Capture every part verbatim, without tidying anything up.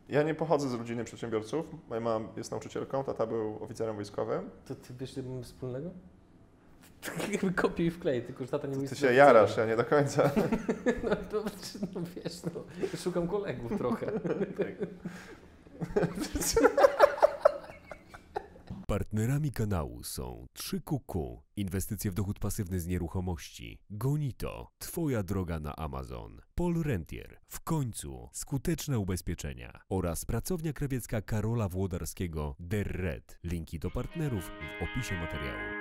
Ja nie pochodzę z rodziny przedsiębiorców. Moja mama jest nauczycielką, tata był oficerem wojskowym. To ty wiesz, co mamy wspólnego? Jakby kopiuj i wklej, tylko że tata nie mówi. Ty się jarasz, ja nie do końca. No, to, no wiesz, no, szukam kolegów trochę. Partnerami kanału są trzy Q Q, inwestycje w dochód pasywny z nieruchomości, Gonito, Twoja droga na Amazon, Pol Rentier, w końcu skuteczne ubezpieczenia oraz pracownia krawiecka Karola Włodarskiego Der Red. Linki do partnerów w opisie materiału.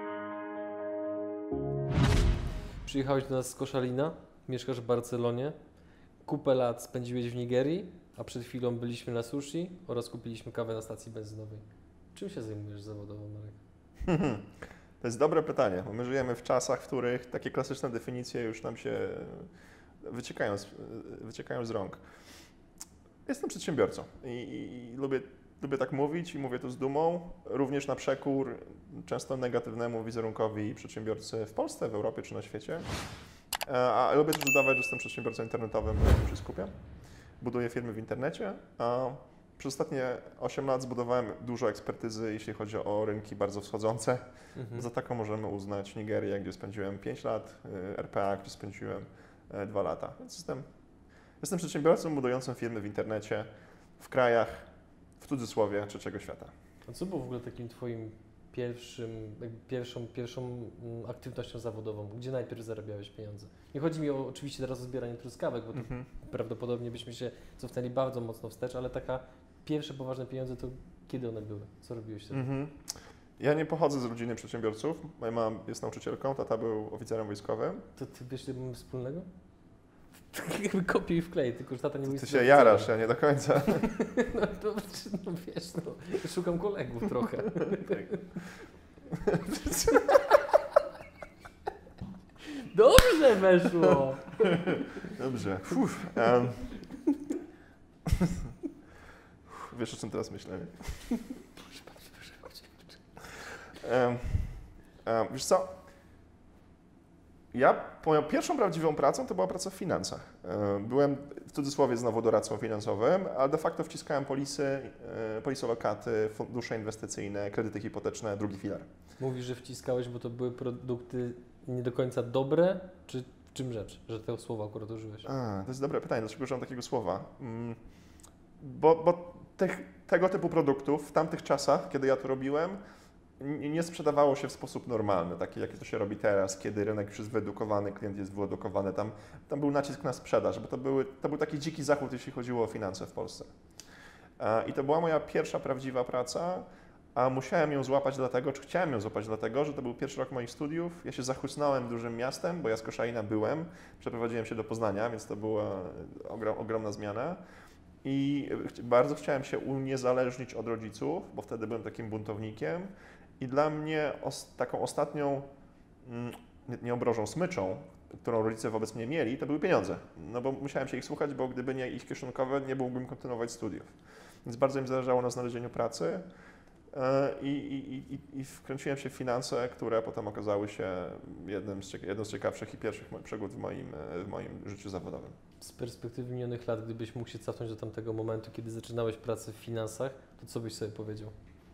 Przyjechałeś do nas z Koszalina, mieszkasz w Barcelonie, kupę lat spędziłeś w Nigerii, a przed chwilą byliśmy na sushi oraz kupiliśmy kawę na stacji benzynowej. Czym się zajmujesz zawodowo, Marek? To jest dobre pytanie, bo my żyjemy w czasach, w których takie klasyczne definicje już nam się wyciekają z, wyciekają z rąk. Jestem przedsiębiorcą i, i, i lubię, lubię tak mówić i mówię to z dumą, również na przekór często negatywnemu wizerunkowi przedsiębiorcy w Polsce, w Europie czy na świecie. A, a lubię też dodawać, że jestem przedsiębiorcą internetowym, na tym się skupiam. Buduję firmy w internecie. A przez ostatnie osiem lat zbudowałem dużo ekspertyzy, jeśli chodzi o rynki bardzo wschodzące. Mhm. Za taką możemy uznać Nigerię, gdzie spędziłem pięć lat, R P A, gdzie spędziłem dwa lata. Więc jestem, jestem przedsiębiorcą budującym firmy w internecie w krajach, w cudzysłowie, trzeciego świata. A co było w ogóle takim Twoim pierwszym, pierwszą, pierwszą aktywnością zawodową? Gdzie najpierw zarabiałeś pieniądze? Nie chodzi mi o, oczywiście teraz o zbieranie truskawek, bo to mhm. prawdopodobnie byśmy się cofnęli bardzo mocno wstecz, ale taka pierwsze poważne pieniądze to kiedy one były? Co robiłeś wtedy? Mhm. Ja nie pochodzę z rodziny przedsiębiorców. Moja mama jest nauczycielką, tata był oficerem wojskowym. To ty wiesz, co mamy wspólnego? Jakby kopiuj i wklej, tylko że tata nie mówi. Ty się jarasz, ja nie do końca. No to, no wiesz, no, szukam kolegów trochę. Dobrze weszło! Dobrze. Uf, um. Wiesz, o czym teraz myślę? Um, um, wiesz co? Ja, moją pierwszą prawdziwą pracą to była praca w finansach. Byłem w cudzysłowie znowu doradcą finansowym, ale de facto wciskałem polisy, polisolokaty, fundusze inwestycyjne, kredyty hipoteczne, drugi filar. Mówisz, że wciskałeś, bo to były produkty nie do końca dobre, czy w czym rzecz, że te słowa akurat użyłeś? A, to jest dobre pytanie, dlaczego użyłem takiego słowa? Bo, bo tych, tego typu produktów w tamtych czasach, kiedy ja to robiłem, nie sprzedawało się w sposób normalny, taki jak to się robi teraz, kiedy rynek już jest wyedukowany, klient jest wyedukowany. Tam, tam był nacisk na sprzedaż, bo to, były, to był taki dziki zachód, jeśli chodziło o finanse w Polsce. I to była moja pierwsza prawdziwa praca, a musiałem ją złapać dlatego, czy chciałem ją złapać dlatego, że to był pierwszy rok moich studiów. Ja się zachłysnąłem dużym miastem, bo ja z Koszalina byłem, przeprowadziłem się do Poznania, więc to była ogrom, ogromna zmiana. I bardzo chciałem się uniezależnić od rodziców, bo wtedy byłem takim buntownikiem. I dla mnie os, taką ostatnią, nie, nie obrożą, smyczą, którą rodzice wobec mnie mieli, to były pieniądze. No bo musiałem się ich słuchać, bo gdyby nie ich kieszonkowe, nie mógłbym kontynuować studiów. Więc bardzo mi zależało na znalezieniu pracy i, i, i, i wkręciłem się w finanse, które potem okazały się jednym z, cieka jedną z ciekawszych i pierwszych przygód w moim, w moim życiu zawodowym. Z perspektywy minionych lat, gdybyś mógł się cofnąć do tamtego momentu, kiedy zaczynałeś pracę w finansach, to co byś sobie powiedział?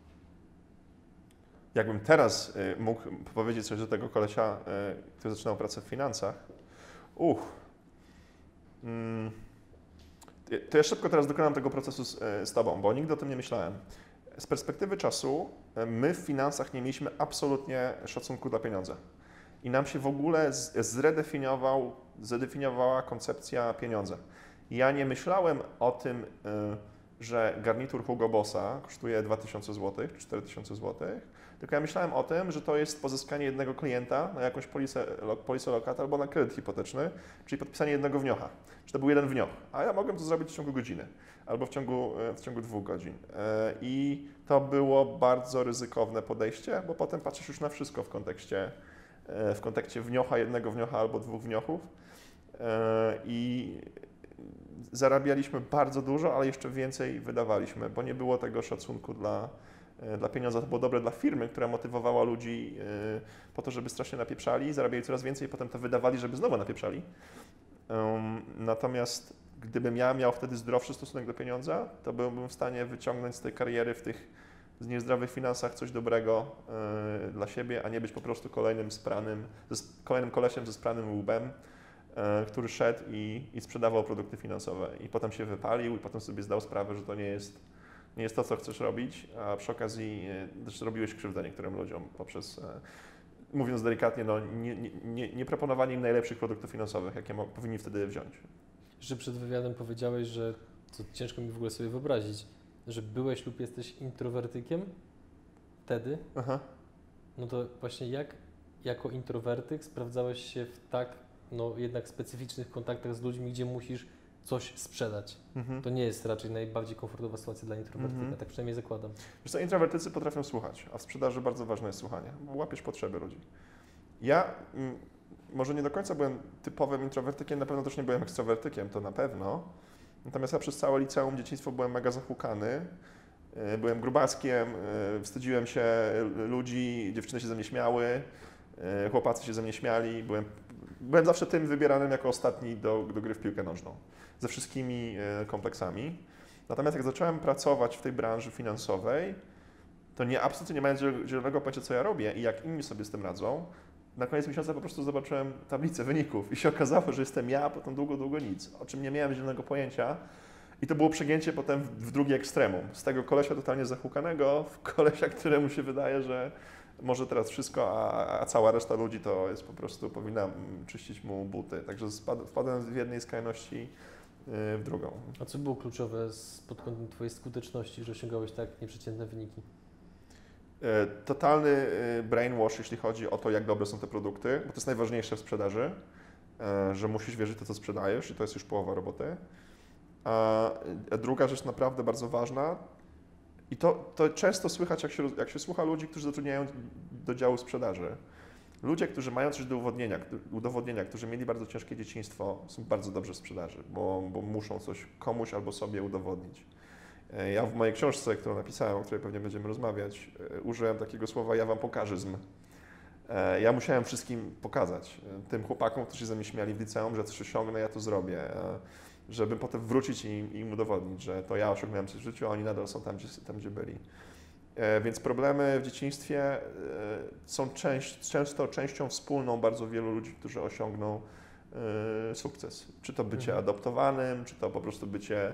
Jakbym teraz y, mógł powiedzieć coś do tego kolesia, y, który zaczynał pracę w finansach, uch, mm, to ja szybko teraz dokonam tego procesu z, z Tobą, bo nigdy o tym nie myślałem. Z perspektywy czasu my w finansach nie mieliśmy absolutnie szacunku dla pieniądza. I nam się w ogóle z, zredefiniował, zredefiniowała koncepcja pieniądza. Ja nie myślałem o tym, y, że garnitur Hugo Bossa kosztuje dwa tysiące złotych czy cztery tysiące złotych, tylko ja myślałem o tym, że to jest pozyskanie jednego klienta na jakąś polisę, polisę lokata albo na kredyt hipoteczny, czyli podpisanie jednego wniocha. Że to był jeden wnioch, a ja mogłem to zrobić w ciągu godziny albo w ciągu, w ciągu dwóch godzin. I to było bardzo ryzykowne podejście, bo potem patrzysz już na wszystko w kontekście, w kontekście wniocha, jednego wniocha albo dwóch wniochów. I zarabialiśmy bardzo dużo, ale jeszcze więcej wydawaliśmy, bo nie było tego szacunku dla, dla pieniądza. To było dobre dla firmy, która motywowała ludzi po to, żeby strasznie napieprzali, zarabiali coraz więcej i potem to wydawali, żeby znowu napieprzali. Natomiast gdybym ja miał wtedy zdrowszy stosunek do pieniądza, to byłbym w stanie wyciągnąć z tej kariery w tych z niezdrowych finansach coś dobrego y, dla siebie, a nie być po prostu kolejnym spranym, ze, kolejnym kolesiem ze spranym łbem, y, który szedł i, i sprzedawał produkty finansowe i potem się wypalił i potem sobie zdał sprawę, że to nie jest, nie jest to, co chcesz robić, a przy okazji y, też zrobiłeś krzywdę niektórym ludziom poprzez, y, mówiąc delikatnie, no, nie, nie, nie proponowanie im najlepszych produktów finansowych, jakie mo- powinni wtedy wziąć. Że przed wywiadem powiedziałeś, że to ciężko mi w ogóle sobie wyobrazić, że byłeś lub jesteś introwertykiem wtedy, Aha. no to właśnie jak jako introwertyk sprawdzałeś się w tak no jednak specyficznych kontaktach z ludźmi, gdzie musisz coś sprzedać. Mhm. To nie jest raczej najbardziej komfortowa sytuacja dla introwertyka, Mhm. tak przynajmniej zakładam. Wiesz co, introwertycy potrafią słuchać, a w sprzedaży bardzo ważne jest słuchanie, bo łapiesz potrzeby ludzi. Ja m, może nie do końca byłem typowym introwertykiem, na pewno też nie byłem ekstrawertykiem, to na pewno. Natomiast ja przez całe liceum, dzieciństwo byłem mega zahukany, y, byłem grubaskiem, y, wstydziłem się ludzi, dziewczyny się ze mnie śmiały, y, chłopacy się ze mnie śmiali, byłem, byłem zawsze tym wybieranym jako ostatni do, do gry w piłkę nożną, ze wszystkimi y, kompleksami. Natomiast jak zacząłem pracować w tej branży finansowej, to nie absolutnie nie mając zielonego pojęcia, co ja robię i jak inni sobie z tym radzą, na koniec miesiąca po prostu zobaczyłem tablicę wyników i się okazało, że jestem ja, a potem długo, długo nic, o czym nie miałem zielonego pojęcia. I to było przegięcie potem w, w drugie ekstremum. Z tego kolesia totalnie zahukanego w kolesia, któremu się wydaje, że może teraz wszystko, a, a cała reszta ludzi to jest po prostu, powinna czyścić mu buty. Także spad, wpadłem w jednej skrajności yy, w drugą. A co było kluczowe z, pod kątem Twojej skuteczności, że osiągałeś tak nieprzeciętne wyniki? Totalny brainwash, jeśli chodzi o to, jak dobre są te produkty, bo to jest najważniejsze w sprzedaży, że musisz wierzyć w to, co sprzedajesz i to jest już połowa roboty. A druga rzecz naprawdę bardzo ważna i to, to często słychać, jak się, jak się słucha ludzi, którzy zatrudniają do działu sprzedaży. Ludzie, którzy mają coś do udowodnienia, udowodnienia, którzy mieli bardzo ciężkie dzieciństwo, są bardzo dobrze w sprzedaży, bo, bo muszą coś komuś albo sobie udowodnić. Ja w mojej książce, którą napisałem, o której pewnie będziemy rozmawiać, użyłem takiego słowa ja wam pokażyzm. Ja musiałem wszystkim pokazać, tym chłopakom, którzy się ze mnie śmiali w liceum, że coś osiągnę, ja to zrobię, żeby potem wrócić i im, im udowodnić, że to ja osiągnąłem coś w życiu, a oni nadal są tam, gdzie, tam, gdzie byli. Więc problemy w dzieciństwie są część, często częścią wspólną bardzo wielu ludzi, którzy osiągną sukces. Czy to bycie Mhm. adoptowanym, czy to po prostu bycie,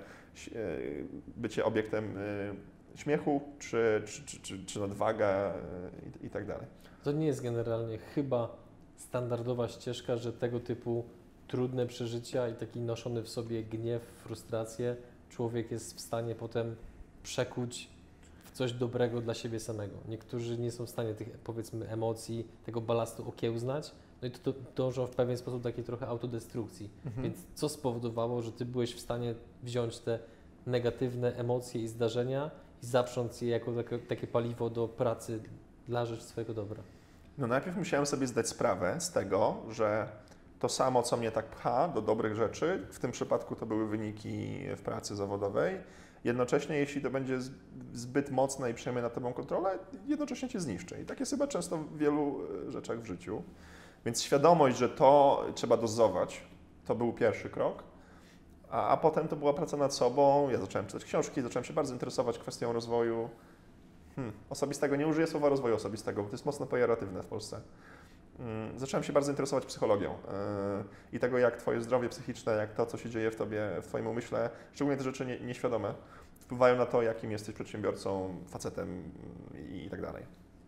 bycie obiektem śmiechu, czy, czy, czy, czy, czy nadwaga i, i tak dalej. To nie jest generalnie chyba standardowa ścieżka, że tego typu trudne przeżycia i taki noszony w sobie gniew, frustrację człowiek jest w stanie potem przekuć w coś dobrego dla siebie samego. Niektórzy nie są w stanie tych, powiedzmy, emocji, tego balastu okiełznać, no i to, to dążą w pewien sposób do takiej trochę autodestrukcji. Mhm. Więc co spowodowało, że Ty byłeś w stanie wziąć te negatywne emocje i zdarzenia i zaprząc je jako takie, takie paliwo do pracy dla rzecz swojego dobra? No najpierw musiałem sobie zdać sprawę z tego, że to samo, co mnie tak pcha do dobrych rzeczy, w tym przypadku to były wyniki w pracy zawodowej, jednocześnie jeśli to będzie zbyt mocne i przejmie nad tobą kontrolę, jednocześnie cię zniszczy. I tak jest chyba często w wielu rzeczach w życiu. Więc świadomość, że to trzeba dozować, to był pierwszy krok, a, a potem to była praca nad sobą. Ja zacząłem czytać książki, zacząłem się bardzo interesować kwestią rozwoju hmm, osobistego. Nie użyję słowa rozwoju osobistego, bo to jest mocno pejoratywne w Polsce. Hmm, zacząłem się bardzo interesować psychologią yy, i tego, jak twoje zdrowie psychiczne, jak to, co się dzieje w tobie, w twoim umyśle, szczególnie te rzeczy nie, nieświadome, wpływają na to, jakim jesteś przedsiębiorcą, facetem i, i tak dalej.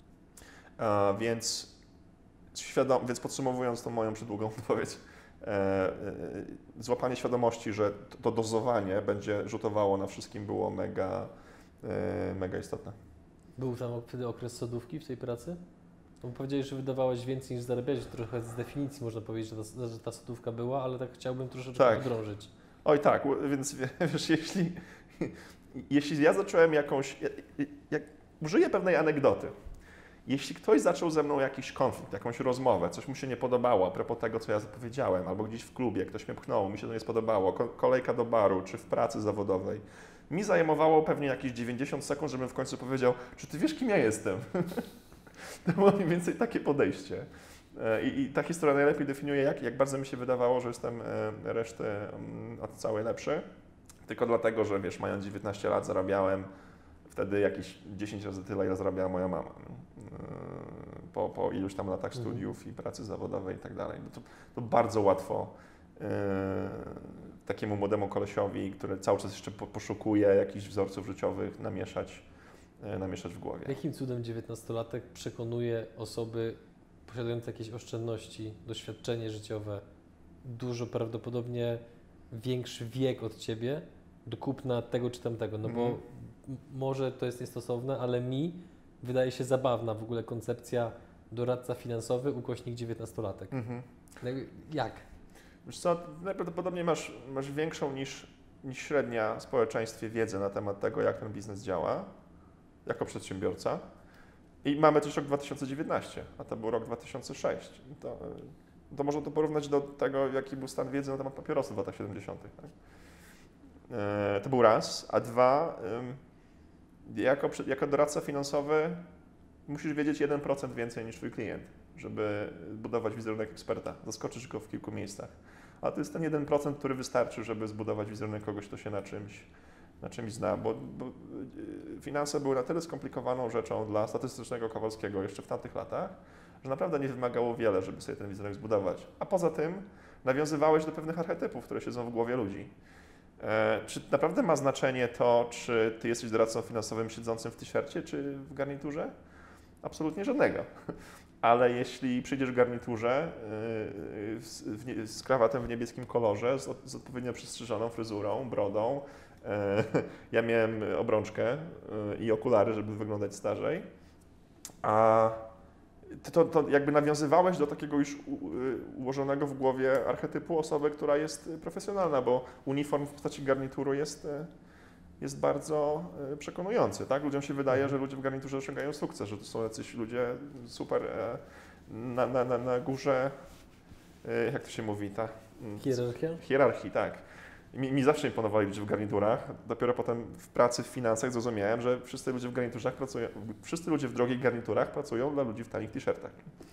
Yy, więc Świadom, więc podsumowując tą moją przydługą odpowiedź, e, e, złapanie świadomości, że to, to dozowanie będzie rzutowało na wszystkim, było mega, e, mega istotne. Był tam wtedy okres sodówki w tej pracy? No, powiedziałeś, że wydawałeś więcej niż zarabiałeś, trochę z definicji można powiedzieć, że ta, że ta sodówka była, ale tak chciałbym troszeczkę Tak. podrążyć. Oj tak, więc wiesz, jeśli, jeśli ja zacząłem jakąś, jak, użyję pewnej anegdoty. Jeśli ktoś zaczął ze mną jakiś konflikt, jakąś rozmowę, coś mu się nie podobało a propos tego, co ja zapowiedziałem, albo gdzieś w klubie ktoś mnie pchnął, mi się to nie spodobało, kolejka do baru, czy w pracy zawodowej, mi zajmowało pewnie jakieś dziewięćdziesiąt sekund, żebym w końcu powiedział, czy ty wiesz, kim ja jestem? To było mniej więcej takie podejście. I, I ta historia najlepiej definiuje, jak, jak bardzo mi się wydawało, że jestem reszty od całej lepszy. Tylko dlatego, że wiesz, mając dziewiętnaście lat zarabiałem wtedy jakieś dziesięć razy tyle, ile zarabiała moja mama. Po, po iluś tam latach studiów mhm. i pracy zawodowej i tak dalej. No to, to bardzo łatwo yy, takiemu młodemu kolesiowi, który cały czas jeszcze po, poszukuje jakichś wzorców życiowych, namieszać, yy, namieszać w głowie. Jakim cudem dziewiętnastolatek przekonuje osoby posiadające jakieś oszczędności, doświadczenie życiowe, dużo prawdopodobnie większy wiek od Ciebie do kupna tego czy tamtego, no mhm. bo może to jest niestosowne, ale mi wydaje się zabawna w ogóle koncepcja doradca finansowy, ukośnik dziewiętnastolatek. Mhm. Jak? Wiesz co, najprawdopodobniej masz, masz większą niż, niż średnia w społeczeństwie wiedzę na temat tego, jak ten biznes działa, jako przedsiębiorca. I mamy też rok dwa tysiące dziewiętnasty, a to był rok dwa tysiące szósty. To, to można to porównać do tego, jaki był stan wiedzy na temat papierosów w latach siedemdziesiątych. Tak? E, to był raz, a dwa, y, jako, jako doradca finansowy musisz wiedzieć jeden procent więcej niż twój klient, żeby budować wizerunek eksperta, zaskoczyć go w kilku miejscach. A to jest ten jeden procent, który wystarczy, żeby zbudować wizerunek kogoś, kto się na czymś, na czymś zna, bo, bo finanse były na tyle skomplikowaną rzeczą dla statystycznego Kowalskiego jeszcze w tamtych latach, że naprawdę nie wymagało wiele, żeby sobie ten wizerunek zbudować. A poza tym nawiązywałeś do pewnych archetypów, które siedzą w głowie ludzi. E, czy naprawdę ma znaczenie to, czy ty jesteś doradcą finansowym siedzącym w t-shircie, czy w garniturze? Absolutnie żadnego. Ale jeśli przyjdziesz w garniturze yy, w, z krawatem w niebieskim kolorze, z, z odpowiednio przystrzyżoną fryzurą, brodą, yy, ja miałem obrączkę yy, i okulary, żeby wyglądać starzej, a to, to jakby nawiązywałeś do takiego już u, yy, ułożonego w głowie archetypu osoby, która jest profesjonalna, bo uniform w postaci garnituru jest... Yy, jest bardzo przekonujący, tak? Ludziom się wydaje, że ludzie w garniturze osiągają sukces, że to są jacyś ludzie super na, na, na, na górze, jak to się mówi, ta... Hierarchia? Hierarchii, tak. Mi, mi zawsze imponowali ludzie w garniturach, dopiero potem w pracy, w finansach zrozumiałem, że wszyscy ludzie w garniturach pracują, wszyscy ludzie w drogich garniturach pracują dla ludzi w tanich t-shirtach.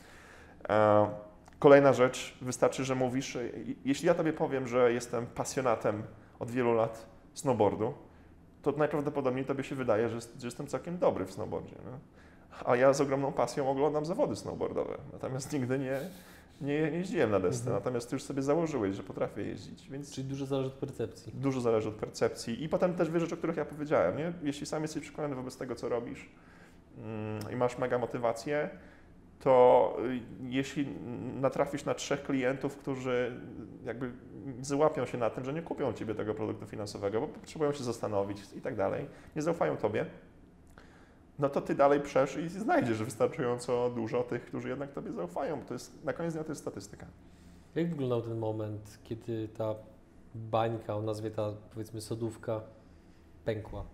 Kolejna rzecz, wystarczy, że mówisz, jeśli ja tobie powiem, że jestem pasjonatem od wielu lat snowboardu, to najprawdopodobniej tobie się wydaje, że, że jestem całkiem dobry w snowboardzie. No? A ja z ogromną pasją oglądam zawody snowboardowe, natomiast nigdy nie, nie, nie jeździłem na desce, mhm. natomiast ty już sobie założyłeś, że potrafię jeździć. Więc czyli dużo zależy od percepcji. Dużo zależy od percepcji i potem też wiesz rzeczy, o których ja powiedziałem. Nie? Jeśli sam jesteś przekonany wobec tego, co robisz mm, i masz mega motywację, to jeśli natrafisz na trzech klientów, którzy jakby załapią się na tym, że nie kupią u Ciebie tego produktu finansowego, bo potrzebują się zastanowić i tak dalej, nie zaufają Tobie, no to Ty dalej przesz i znajdziesz wystarczająco dużo tych, którzy jednak Tobie zaufają, bo to jest, na koniec dnia to jest statystyka. Jak wyglądał ten moment, kiedy ta bańka, o nazwie ta, powiedzmy, sodówka pękła?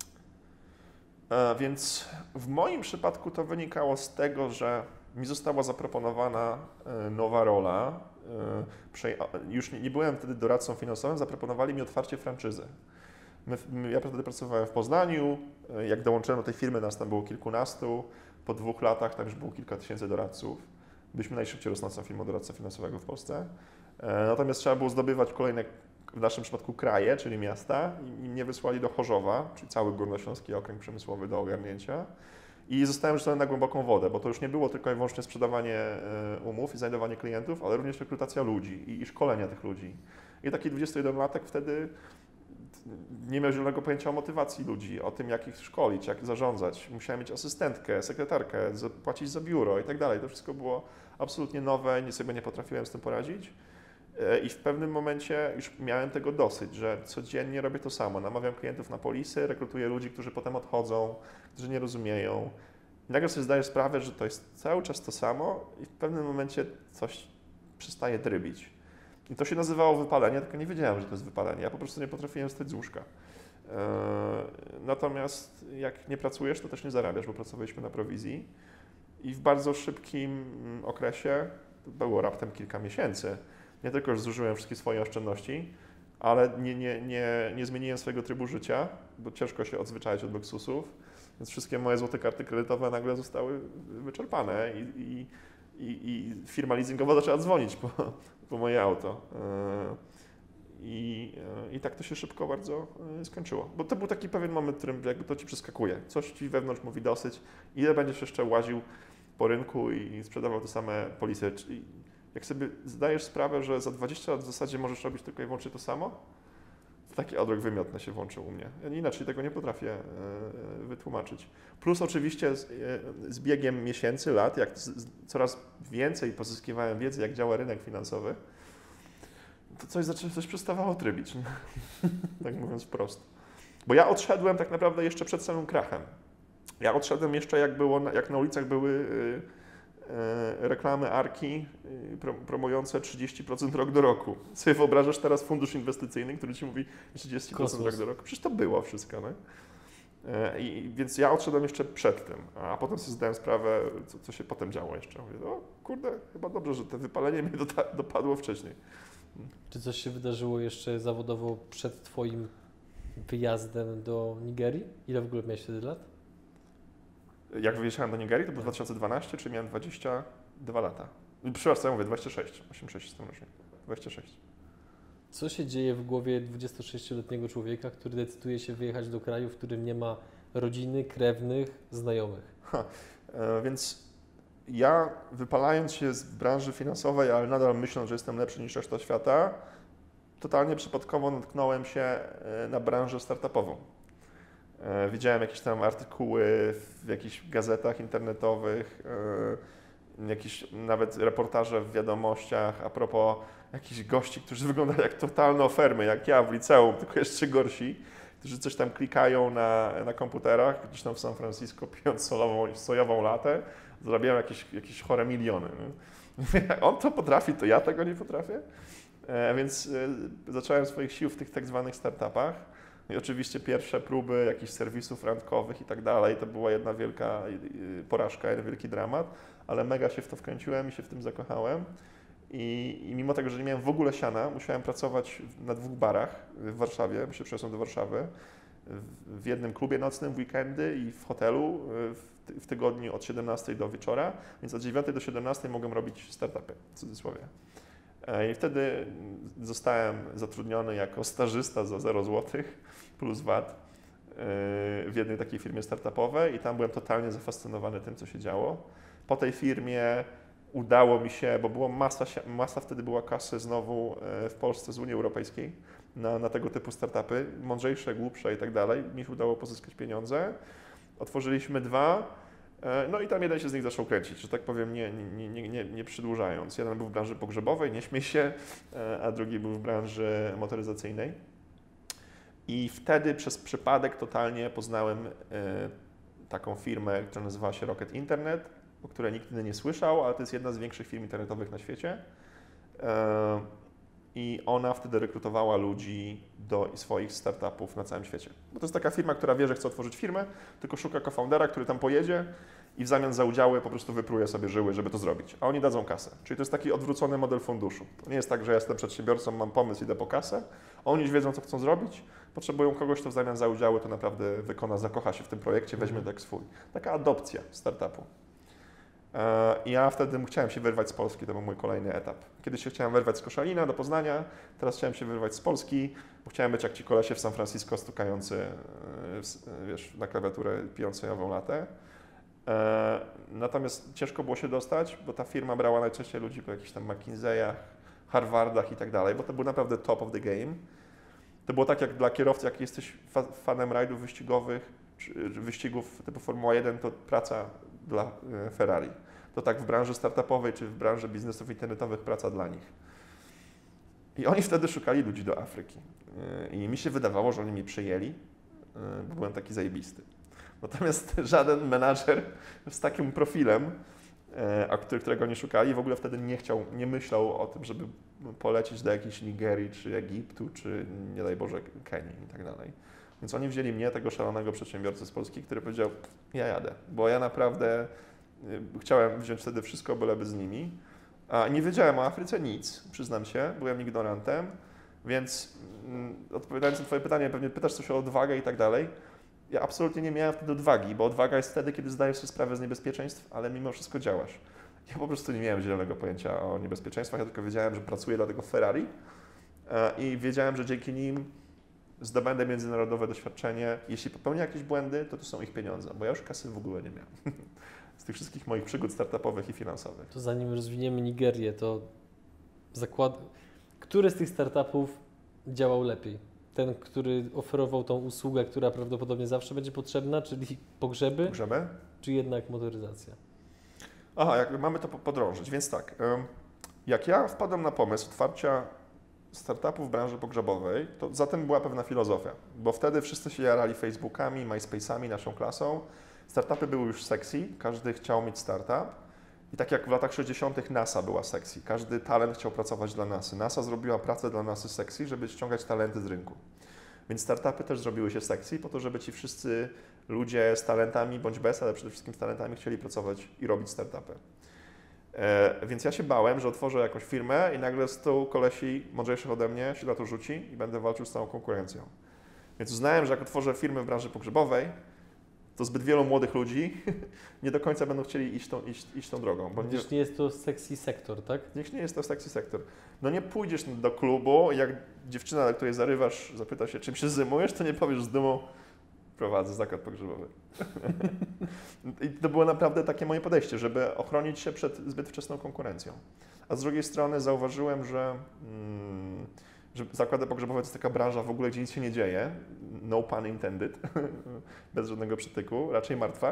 A więc w moim przypadku to wynikało z tego, że mi została zaproponowana nowa rola. Już nie byłem wtedy doradcą finansowym, zaproponowali mi otwarcie franczyzy. My, ja wtedy pracowałem w Poznaniu, jak dołączyłem do tej firmy, nas tam było kilkunastu, po dwóch latach tam już było kilka tysięcy doradców. Byliśmy najszybciej rosnącą firmą doradcy finansowego w Polsce. Natomiast trzeba było zdobywać kolejne, w naszym przypadku kraje, czyli miasta, i mnie wysłali do Chorzowa, czyli cały Górnośląski Okręg Przemysłowy do ogarnięcia. I zostałem rzucony na głęboką wodę, bo to już nie było tylko i wyłącznie sprzedawanie umów i znajdowanie klientów, ale również rekrutacja ludzi i, i szkolenia tych ludzi. I taki dwudziestojednolatek wtedy nie miał zielonego pojęcia o motywacji ludzi, o tym, jak ich szkolić, jak zarządzać. Musiałem mieć asystentkę, sekretarkę, płacić za biuro i tak dalej. To wszystko było absolutnie nowe, nic sobie nie potrafiłem z tym poradzić. I w pewnym momencie już miałem tego dosyć, że codziennie robię to samo. Namawiam klientów na polisy, rekrutuję ludzi, którzy potem odchodzą, którzy nie rozumieją. I nagle sobie zdaję sprawę, że to jest cały czas to samo i w pewnym momencie coś przestaje trybić. I to się nazywało wypalenie, tylko nie wiedziałem, że to jest wypalenie. Ja po prostu nie potrafiłem wstać z łóżka. Natomiast jak nie pracujesz, to też nie zarabiasz, bo pracowaliśmy na prowizji. I w bardzo szybkim okresie, to było raptem kilka miesięcy, nie tylko już zużyłem wszystkie swoje oszczędności, ale nie, nie, nie, nie zmieniłem swojego trybu życia, bo ciężko się odzwyczaić od luksusów, więc wszystkie moje złote karty kredytowe nagle zostały wyczerpane i, i, i, i firma leasingowa zaczęła dzwonić po, po moje auto. I, I tak to się szybko bardzo skończyło. Bo to był taki pewien moment, w którym jakby to ci przeskakuje. Coś ci wewnątrz mówi dosyć. Ile będziesz jeszcze łaził po rynku i sprzedawał te same polisy. Jak sobie zdajesz sprawę, że za dwadzieścia lat w zasadzie możesz robić tylko i wyłącznie to samo, to taki odruch wymiotny się włączył u mnie. Ja inaczej tego nie potrafię wytłumaczyć. Plus oczywiście z, z biegiem miesięcy, lat, jak coraz więcej pozyskiwałem wiedzy, jak działa rynek finansowy, to coś, zaczę, coś przestawało trybić, nie? Tak mówiąc wprost. Bo ja odszedłem tak naprawdę jeszcze przed samym krachem. Ja odszedłem jeszcze jak, było, jak na ulicach były y, y, reklamy Arki y, pro, promujące trzydzieści procent rok do roku. Sobie wyobrażasz teraz fundusz inwestycyjny, który ci mówi trzydzieści procent rok do roku. Przecież to było wszystko. Nie? Y, I, więc ja odszedłem jeszcze przed tym, a potem sobie zdałem sprawę, co, co się potem działo jeszcze. Mówię, o kurde, chyba dobrze, że to wypalenie mnie dopadło wcześniej. Czy coś się wydarzyło jeszcze zawodowo przed Twoim wyjazdem do Nigerii? Ile w ogóle miałeś wtedy lat? Jak wyjechałem do Nigerii, to był dwa tysiące dwunasty, czyli miałem dwadzieścia dwa lata. Przepraszam, co ja mówię, dwadzieścia sześć, osiemdziesiąt sześć jestem rocznik, dwadzieścia sześć. Co się dzieje w głowie dwudziestosześcioletniego człowieka, który decyduje się wyjechać do kraju, w którym nie ma rodziny, krewnych, znajomych? Ha, e, więc ja, wypalając się z branży finansowej, ale nadal myśląc, że jestem lepszy niż reszta świata, totalnie przypadkowo natknąłem się na branżę startupową. Widziałem jakieś tam artykuły w jakichś gazetach internetowych, jakieś nawet reportaże w wiadomościach a propos jakichś gości, którzy wyglądali jak totalne ofermy, jak ja w liceum, tylko jeszcze gorsi, którzy coś tam klikają na, na komputerach, gdzieś tam w San Francisco, pijąc solową, sojową latę, zarabiają jakieś, jakieś chore miliony. Jak on to potrafi, to ja tego nie potrafię. E, więc e, zacząłem swoich sił w tych tak zwanych startupach. I oczywiście pierwsze próby jakichś serwisów randkowych i tak dalej, to była jedna wielka e, porażka, jeden wielki dramat, ale mega się w to wkręciłem i się w tym zakochałem. I, I mimo tego, że nie miałem w ogóle siana, musiałem pracować na dwóch barach w Warszawie, bo się przeniosłem do Warszawy, w, w jednym klubie nocnym w weekendy i w hotelu w, w tygodniu od siedemnastej do wieczora, więc od dziewiątej do siedemnastej mogłem robić startupy, w cudzysłowie. I wtedy zostałem zatrudniony jako stażysta za zero złotych plus V A T w jednej takiej firmie startupowej i tam byłem totalnie zafascynowany tym, co się działo. Po tej firmie udało mi się, bo było masa, masa wtedy była kasy znowu w Polsce z Unii Europejskiej na, na tego typu startupy, mądrzejsze, głupsze i tak dalej. Mi się udało pozyskać pieniądze. Otworzyliśmy dwa, no i tam jeden się z nich zaczął kręcić, że tak powiem, nie, nie, nie, nie, nie przedłużając. Jeden był w branży pogrzebowej, nie śmiej się, a drugi był w branży motoryzacyjnej. I wtedy przez przypadek totalnie poznałem taką firmę, która nazywała się Rocket Internet, o której nikt inny nie słyszał, ale to jest jedna z większych firm internetowych na świecie. I ona wtedy rekrutowała ludzi do swoich startupów na całym świecie. Bo to jest taka firma, która wie, że chce otworzyć firmę, tylko szuka co-foundera, który tam pojedzie i w zamian za udziały po prostu wypruje sobie żyły, żeby to zrobić. A oni dadzą kasę. Czyli to jest taki odwrócony model funduszu. To nie jest tak, że ja jestem przedsiębiorcą, mam pomysł, idę po kasę. Oni już wiedzą, co chcą zrobić, potrzebują kogoś, kto w zamian za udziały to naprawdę wykona, zakocha się w tym projekcie, weźmie tak swój. Taka adopcja startupu. I ja wtedy chciałem się wyrwać z Polski, to był mój kolejny etap. Kiedyś się chciałem wyrwać z Koszalina do Poznania, teraz chciałem się wyrwać z Polski, bo chciałem być jak ci kolesie w San Francisco stukający, wiesz, na klawiaturę, pijący sojową latę. Natomiast ciężko było się dostać, bo ta firma brała najczęściej ludzi po jakichś tam McKinseyach, Harvardach i tak dalej, bo to był naprawdę top of the game. To było tak jak dla kierowcy, jak jesteś fanem rajdów wyścigowych, czy wyścigów typu Formuła jeden, to praca dla Ferrari. To tak w branży startupowej czy w branży biznesów internetowych praca dla nich. I oni wtedy szukali ludzi do Afryki. I mi się wydawało, że oni mnie przyjęli, bo byłem taki zajebisty. Natomiast żaden menadżer z takim profilem, którego nie szukali, w ogóle wtedy nie chciał, nie myślał o tym, żeby polecieć do jakiejś Nigerii, czy Egiptu, czy nie daj Boże Kenii i tak dalej. Więc oni wzięli mnie, tego szalonego przedsiębiorcę z Polski, który powiedział, ja jadę, bo ja naprawdę chciałem wziąć wtedy wszystko, byleby z nimi. A nie wiedziałem o Afryce nic, przyznam się, byłem ignorantem, więc mm, odpowiadając na Twoje pytanie, pewnie pytasz coś o odwagę i tak dalej. Ja absolutnie nie miałem wtedy odwagi, bo odwaga jest wtedy, kiedy zdajesz sobie sprawę z niebezpieczeństw, ale mimo wszystko działasz. Ja po prostu nie miałem zielonego pojęcia o niebezpieczeństwach, ja tylko wiedziałem, że pracuję dla tego Ferrari i wiedziałem, że dzięki nim zdobędę międzynarodowe doświadczenie. Jeśli popełnię jakieś błędy, to to są ich pieniądze, bo ja już kasy w ogóle nie miałem. Z tych wszystkich moich przygód startupowych i finansowych. To zanim rozwiniemy Nigerię, to zakład... który z tych startupów działał lepiej? Ten, który oferował tą usługę, która prawdopodobnie zawsze będzie potrzebna, czyli pogrzeby, Pogrzeby? czy jednak motoryzacja? Aha, jak mamy to podrążyć, więc tak. Jak ja wpadłem na pomysł otwarcia startupu w branży pogrzebowej, to za tym była pewna filozofia, bo wtedy wszyscy się jarali Facebookami, MySpace'ami, naszą klasą. Startupy były już sexy, każdy chciał mieć startup i tak jak w latach sześćdziesiątych NASA była sexy, każdy talent chciał pracować dla NASA. NASA zrobiła pracę dla NASA sexy, żeby ściągać talenty z rynku. Więc startupy też zrobiły się sexy po to, żeby ci wszyscy ludzie z talentami bądź bez, ale przede wszystkim z talentami chcieli pracować i robić startupy. E, więc ja się bałem, że otworzę jakąś firmę i nagle stu kolesi mądrzejszych ode mnie się na to rzuci i będę walczył z całą konkurencją. Więc uznałem, że jak otworzę firmę w branży pogrzebowej, to zbyt wielu młodych ludzi nie do końca będą chcieli iść tą, iść, iść tą drogą. Bo Gdyż nie jest to sexy sektor, tak? Niech nie jest to sexy sektor. No nie pójdziesz do klubu i jak dziewczyna, do której zarywasz, zapyta się, czym się zymujesz, to nie powiesz z dumą, prowadzę zakład pogrzebowy. I to było naprawdę takie moje podejście, żeby ochronić się przed zbyt wczesną konkurencją. A z drugiej strony zauważyłem, że, mm, że zakłady pogrzebowe to jest taka branża w ogóle, gdzie nic się nie dzieje, no pun intended, bez żadnego przytyku, raczej martwa.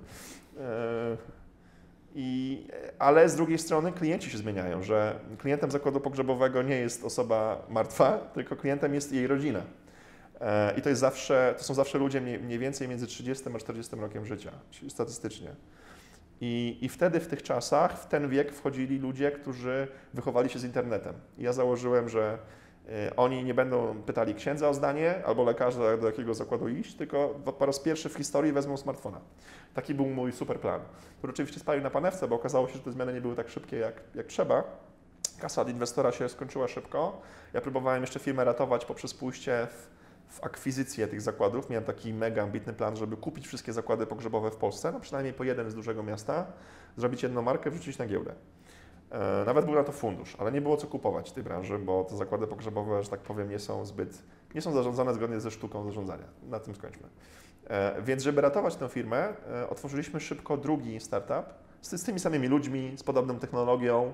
I, ale z drugiej strony klienci się zmieniają, że klientem zakładu pogrzebowego nie jest osoba martwa, tylko klientem jest jej rodzina. I to jest zawsze, to są zawsze ludzie mniej więcej między trzydziestym a czterdziestym rokiem życia, czyli statystycznie. I, I wtedy w tych czasach, w ten wiek wchodzili ludzie, którzy wychowali się z internetem. I ja założyłem, że y, oni nie będą pytali księdza o zdanie albo lekarza, do jakiego zakładu iść, tylko po raz pierwszy w historii wezmą smartfona. Taki był mój super plan, który oczywiście spalił na panewce, bo okazało się, że te zmiany nie były tak szybkie jak, jak trzeba. Kasa od inwestora się skończyła szybko. Ja próbowałem jeszcze firmę ratować poprzez pójście w w akwizycję tych zakładów. Miałem taki mega ambitny plan, żeby kupić wszystkie zakłady pogrzebowe w Polsce, no przynajmniej po jeden z dużego miasta, zrobić jedną markę, wrzucić na giełdę. E, nawet był na to fundusz, ale nie było co kupować w tej branży, bo te zakłady pogrzebowe, że tak powiem, nie są zbyt, nie są zarządzane zgodnie ze sztuką zarządzania. Na tym skończmy. E, więc żeby ratować tę firmę, e, otworzyliśmy szybko drugi startup z, z tymi samymi ludźmi, z podobną technologią,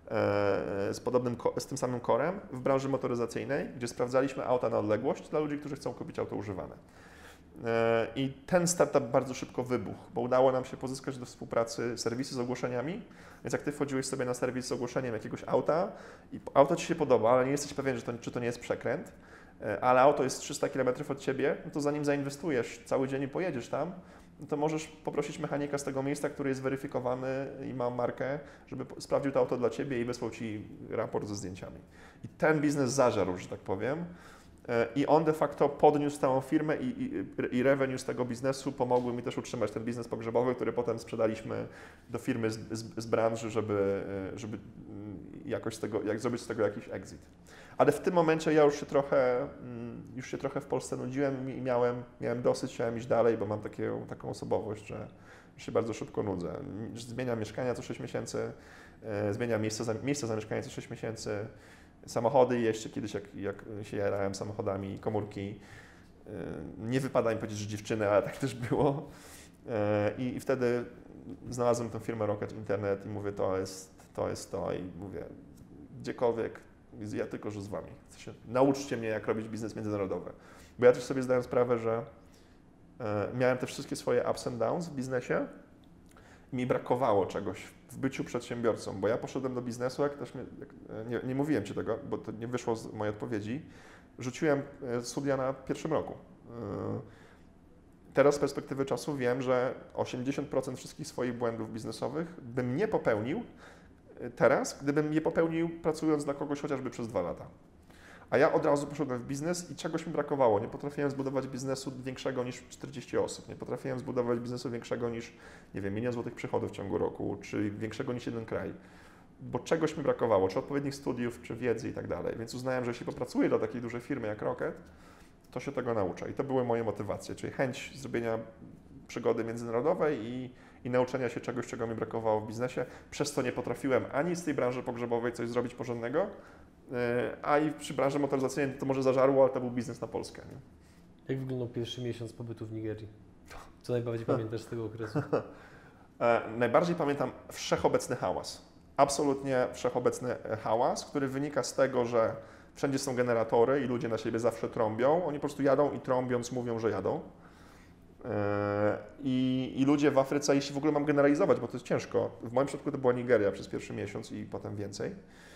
z podobnym, z tym samym korem w branży motoryzacyjnej, gdzie sprawdzaliśmy auta na odległość dla ludzi, którzy chcą kupić auto używane. I ten startup bardzo szybko wybuchł, bo udało nam się pozyskać do współpracy serwisy z ogłoszeniami, więc jak Ty wchodziłeś sobie na serwis z ogłoszeniem jakiegoś auta i auto Ci się podoba, ale nie jesteś pewien, że to, czy to nie jest przekręt, ale auto jest trzysta kilometrów od Ciebie, no to zanim zainwestujesz cały dzień i pojedziesz tam, to możesz poprosić mechanika z tego miejsca, który jest weryfikowany i ma markę, żeby sprawdził to auto dla Ciebie i wysłał Ci raport ze zdjęciami. I ten biznes zażarł, że tak powiem. I on de facto podniósł całą firmę i, i, i revenue z tego biznesu pomogły mi też utrzymać ten biznes pogrzebowy, który potem sprzedaliśmy do firmy z, z, z branży, żeby, żeby jakoś z tego, jak zrobić z tego jakiś exit. Ale w tym momencie ja już się trochę, już się trochę w Polsce nudziłem i miałem, miałem dosyć, chciałem iść dalej, bo mam takie, taką osobowość, że się bardzo szybko nudzę. Zmieniam mieszkania co sześć miesięcy, zmieniam miejsce, za, miejsce zamieszkania co sześć miesięcy, samochody jeszcze kiedyś, jak, jak się jarałem samochodami, komórki. Nie wypada mi powiedzieć, że dziewczyny, ale tak też było. I, i wtedy znalazłem tę firmę Rocket Internet i mówię, to jest to, jest to. I mówię, gdziekolwiek, ja tylko, że z Wami. W sensie, nauczcie mnie, jak robić biznes międzynarodowy. Bo ja też sobie zdałem sprawę, że miałem te wszystkie swoje ups and downs w biznesie i mi brakowało czegoś w byciu przedsiębiorcą, bo ja poszedłem do biznesu, jak też mnie, jak, nie, nie mówiłem Ci tego, bo to nie wyszło z mojej odpowiedzi, rzuciłem studia na pierwszym roku. Teraz z perspektywy czasu wiem, że osiemdziesiąt procent wszystkich swoich błędów biznesowych bym nie popełnił teraz, gdybym je popełnił pracując dla kogoś chociażby przez dwa lata. A ja od razu poszedłem w biznes i czegoś mi brakowało. Nie potrafiłem zbudować biznesu większego niż czterdzieści osób. Nie potrafiłem zbudować biznesu większego niż, nie wiem, milion złotych przychodów w ciągu roku, czy większego niż jeden kraj. Bo czegoś mi brakowało, czy odpowiednich studiów, czy wiedzy i tak dalej. Więc uznałem, że jeśli popracuję dla takiej dużej firmy jak Rocket, to się tego nauczę. I to były moje motywacje, czyli chęć zrobienia przygody międzynarodowej i, i nauczenia się czegoś, czego mi brakowało w biznesie. Przez to nie potrafiłem ani z tej branży pogrzebowej coś zrobić porządnego, a i przy branży motoryzacyjnej to może zażarło, ale to był biznes na Polskę. Nie? Jak wyglądał pierwszy miesiąc pobytu w Nigerii? Co najbardziej pamiętasz z tego okresu? Najbardziej pamiętam wszechobecny hałas. Absolutnie wszechobecny hałas, który wynika z tego, że wszędzie są generatory i ludzie na siebie zawsze trąbią. Oni po prostu jadą i trąbiąc mówią, że jadą. I, I ludzie w Afryce, jeśli w ogóle mam generalizować, bo to jest ciężko, w moim przypadku to była Nigeria przez pierwszy miesiąc i potem więcej,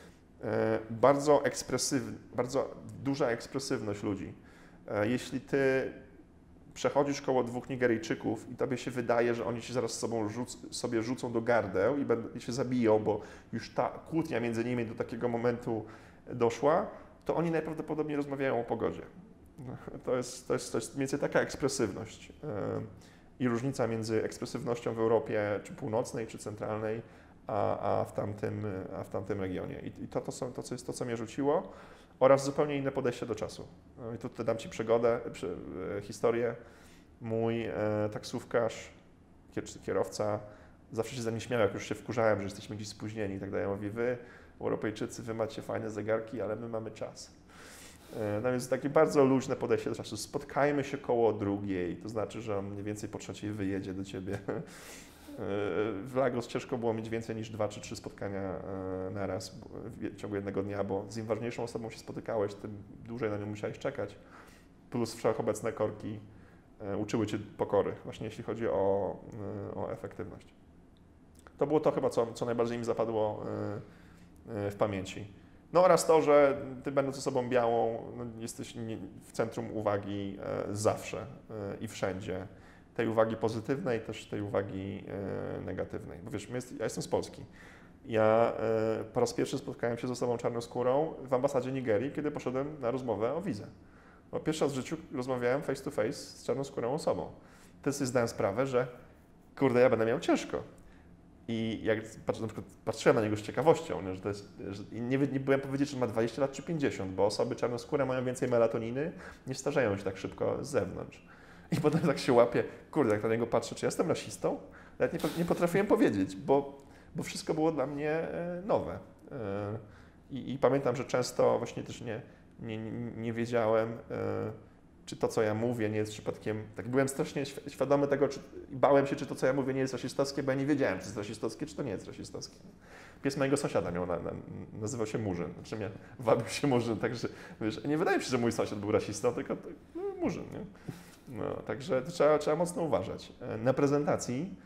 bardzo ekspresywny, bardzo duża ekspresywność ludzi. Jeśli ty przechodzisz koło dwóch Nigeryjczyków i tobie się wydaje, że oni się zaraz z sobą rzuc, sobie rzucą do gardeł i, będą, i się zabiją, bo już ta kłótnia między nimi do takiego momentu doszła, to oni najprawdopodobniej rozmawiają o pogodzie. To jest, to jest, to jest mniej więcej taka ekspresywność i różnica między ekspresywnością w Europie, czy północnej, czy centralnej, a, a, w, tamtym, a w tamtym regionie. I, i to, to, są, to co jest to, co mnie rzuciło, oraz zupełnie inne podejście do czasu. I tutaj dam Ci przygodę, przy, historię. Mój e, taksówkarz, kierowca, zawsze się ze mnie śmiał, jak już się wkurzałem, że jesteśmy gdzieś spóźnieni i tak dalej. Mówi, wy, Europejczycy, wy macie fajne zegarki, ale my mamy czas. E, no więc takie bardzo luźne podejście do czasu. Spotkajmy się koło drugiej, to znaczy, że on mniej więcej po trzeciej wyjedzie do Ciebie. W Lagos ciężko było mieć więcej niż dwa czy trzy spotkania na raz w ciągu jednego dnia, bo z im ważniejszą osobą się spotykałeś, tym dłużej na nią musiałeś czekać. Plus wszechobecne korki uczyły Cię pokory, właśnie jeśli chodzi o, o efektywność. To było to chyba, co, co najbardziej mi zapadło w pamięci. No oraz to, że Ty będąc osobą białą, no, jesteś w centrum uwagi zawsze i wszędzie. Tej uwagi pozytywnej, też tej uwagi e, negatywnej. Bo wiesz, jest, ja jestem z Polski. Ja e, po raz pierwszy spotkałem się z osobą czarnoskórą w ambasadzie Nigerii, kiedy poszedłem na rozmowę o wizę. Bo pierwszy raz w życiu rozmawiałem face to face z czarnoskórą osobą. Wtedy sobie zdałem sprawę, że kurde, ja będę miał ciężko. I jak patrz, na przykład patrzyłem na niego z ciekawością, nie, że to jest, że nie, nie byłem powiedzieć, że ma dwadzieścia lat czy pięćdziesiąt, bo osoby czarnoskóre mają więcej melatoniny, nie starzeją się tak szybko z zewnątrz. I potem tak się łapię, kurde, jak na niego patrzę, czy ja jestem rasistą? Nawet nie, nie potrafiłem powiedzieć, bo, bo wszystko było dla mnie nowe. I, i pamiętam, że często właśnie też nie, nie, nie wiedziałem, czy to, co ja mówię, nie jest przypadkiem... Tak byłem strasznie świadomy tego, czy, bałem się, czy to, co ja mówię, nie jest rasistowskie, bo ja nie wiedziałem, czy jest rasistowskie, czy to nie jest rasistowskie. Pies mojego sąsiada miał, na, na, nazywał się Murzyn, znaczy mnie wabił się Murzyn, także wiesz, nie wydaje mi się, że mój sąsiad był rasistą, tylko no, Murzyn, nie? No, także trzeba, trzeba mocno uważać. Na prezentacji,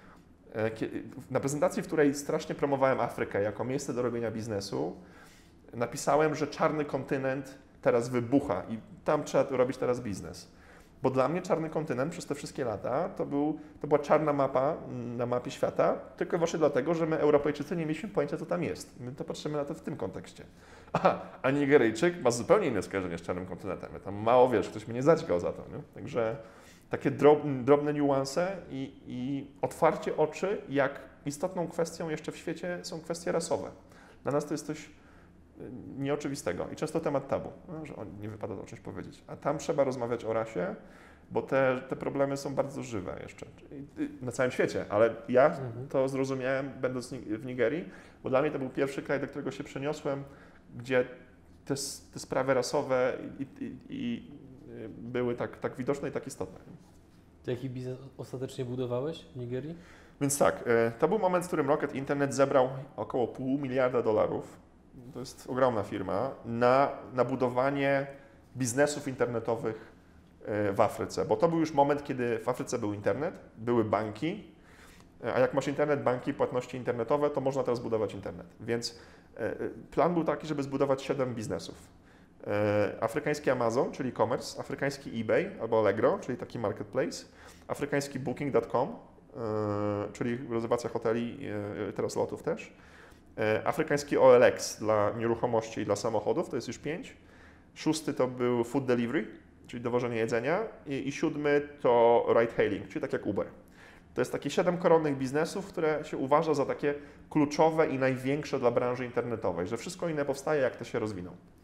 na prezentacji, w której strasznie promowałem Afrykę jako miejsce do robienia biznesu, napisałem, że czarny kontynent teraz wybucha i tam trzeba robić teraz biznes. Bo dla mnie czarny kontynent przez te wszystkie lata to, był, to była czarna mapa na mapie świata, tylko właśnie dlatego, że my Europejczycy nie mieliśmy pojęcia, co tam jest. My to patrzymy na to w tym kontekście. A, a Nigeryjczyk ma zupełnie inne skojarzenie z czarnym kontynentem. Ja tam mało wiesz, ktoś mnie nie zadźgał za to. Nie? Także takie drobne, drobne niuanse i, i otwarcie oczy, jak istotną kwestią jeszcze w świecie są kwestie rasowe. Dla nas to jest coś nieoczywistego i często temat tabu, no, że nie wypada o czymś powiedzieć. A tam trzeba rozmawiać o rasie, bo te, te problemy są bardzo żywe jeszcze na całym świecie, ale ja mhm. to zrozumiałem będąc w Nigerii, bo dla mnie to był pierwszy kraj, do którego się przeniosłem, gdzie te, te sprawy rasowe i, i, i były tak, tak widoczne i tak istotne. Jaki biznes ostatecznie budowałeś w Nigerii? Więc tak, to był moment, w którym Rocket Internet zebrał około pół miliarda dolarów. To jest ogromna firma, na, na budowanie biznesów internetowych w Afryce, bo to był już moment, kiedy w Afryce był internet, były banki, a jak masz internet, banki, płatności internetowe, to można teraz budować internet. Więc plan był taki, żeby zbudować siedem biznesów. Afrykański Amazon, czyli e-commerce, afrykański eBay albo Allegro, czyli taki marketplace, afrykański booking kropka com, czyli rezerwacja hoteli, teraz lotów też, afrykański O L X dla nieruchomości i dla samochodów, to jest już pięć. Szósty to był food delivery, czyli dowożenie jedzenia i, i siódmy to ride hailing, czyli tak jak Uber. To jest takie siedem koronnych biznesów, które się uważa za takie kluczowe i największe dla branży internetowej, że wszystko inne powstaje, jak te się rozwiną.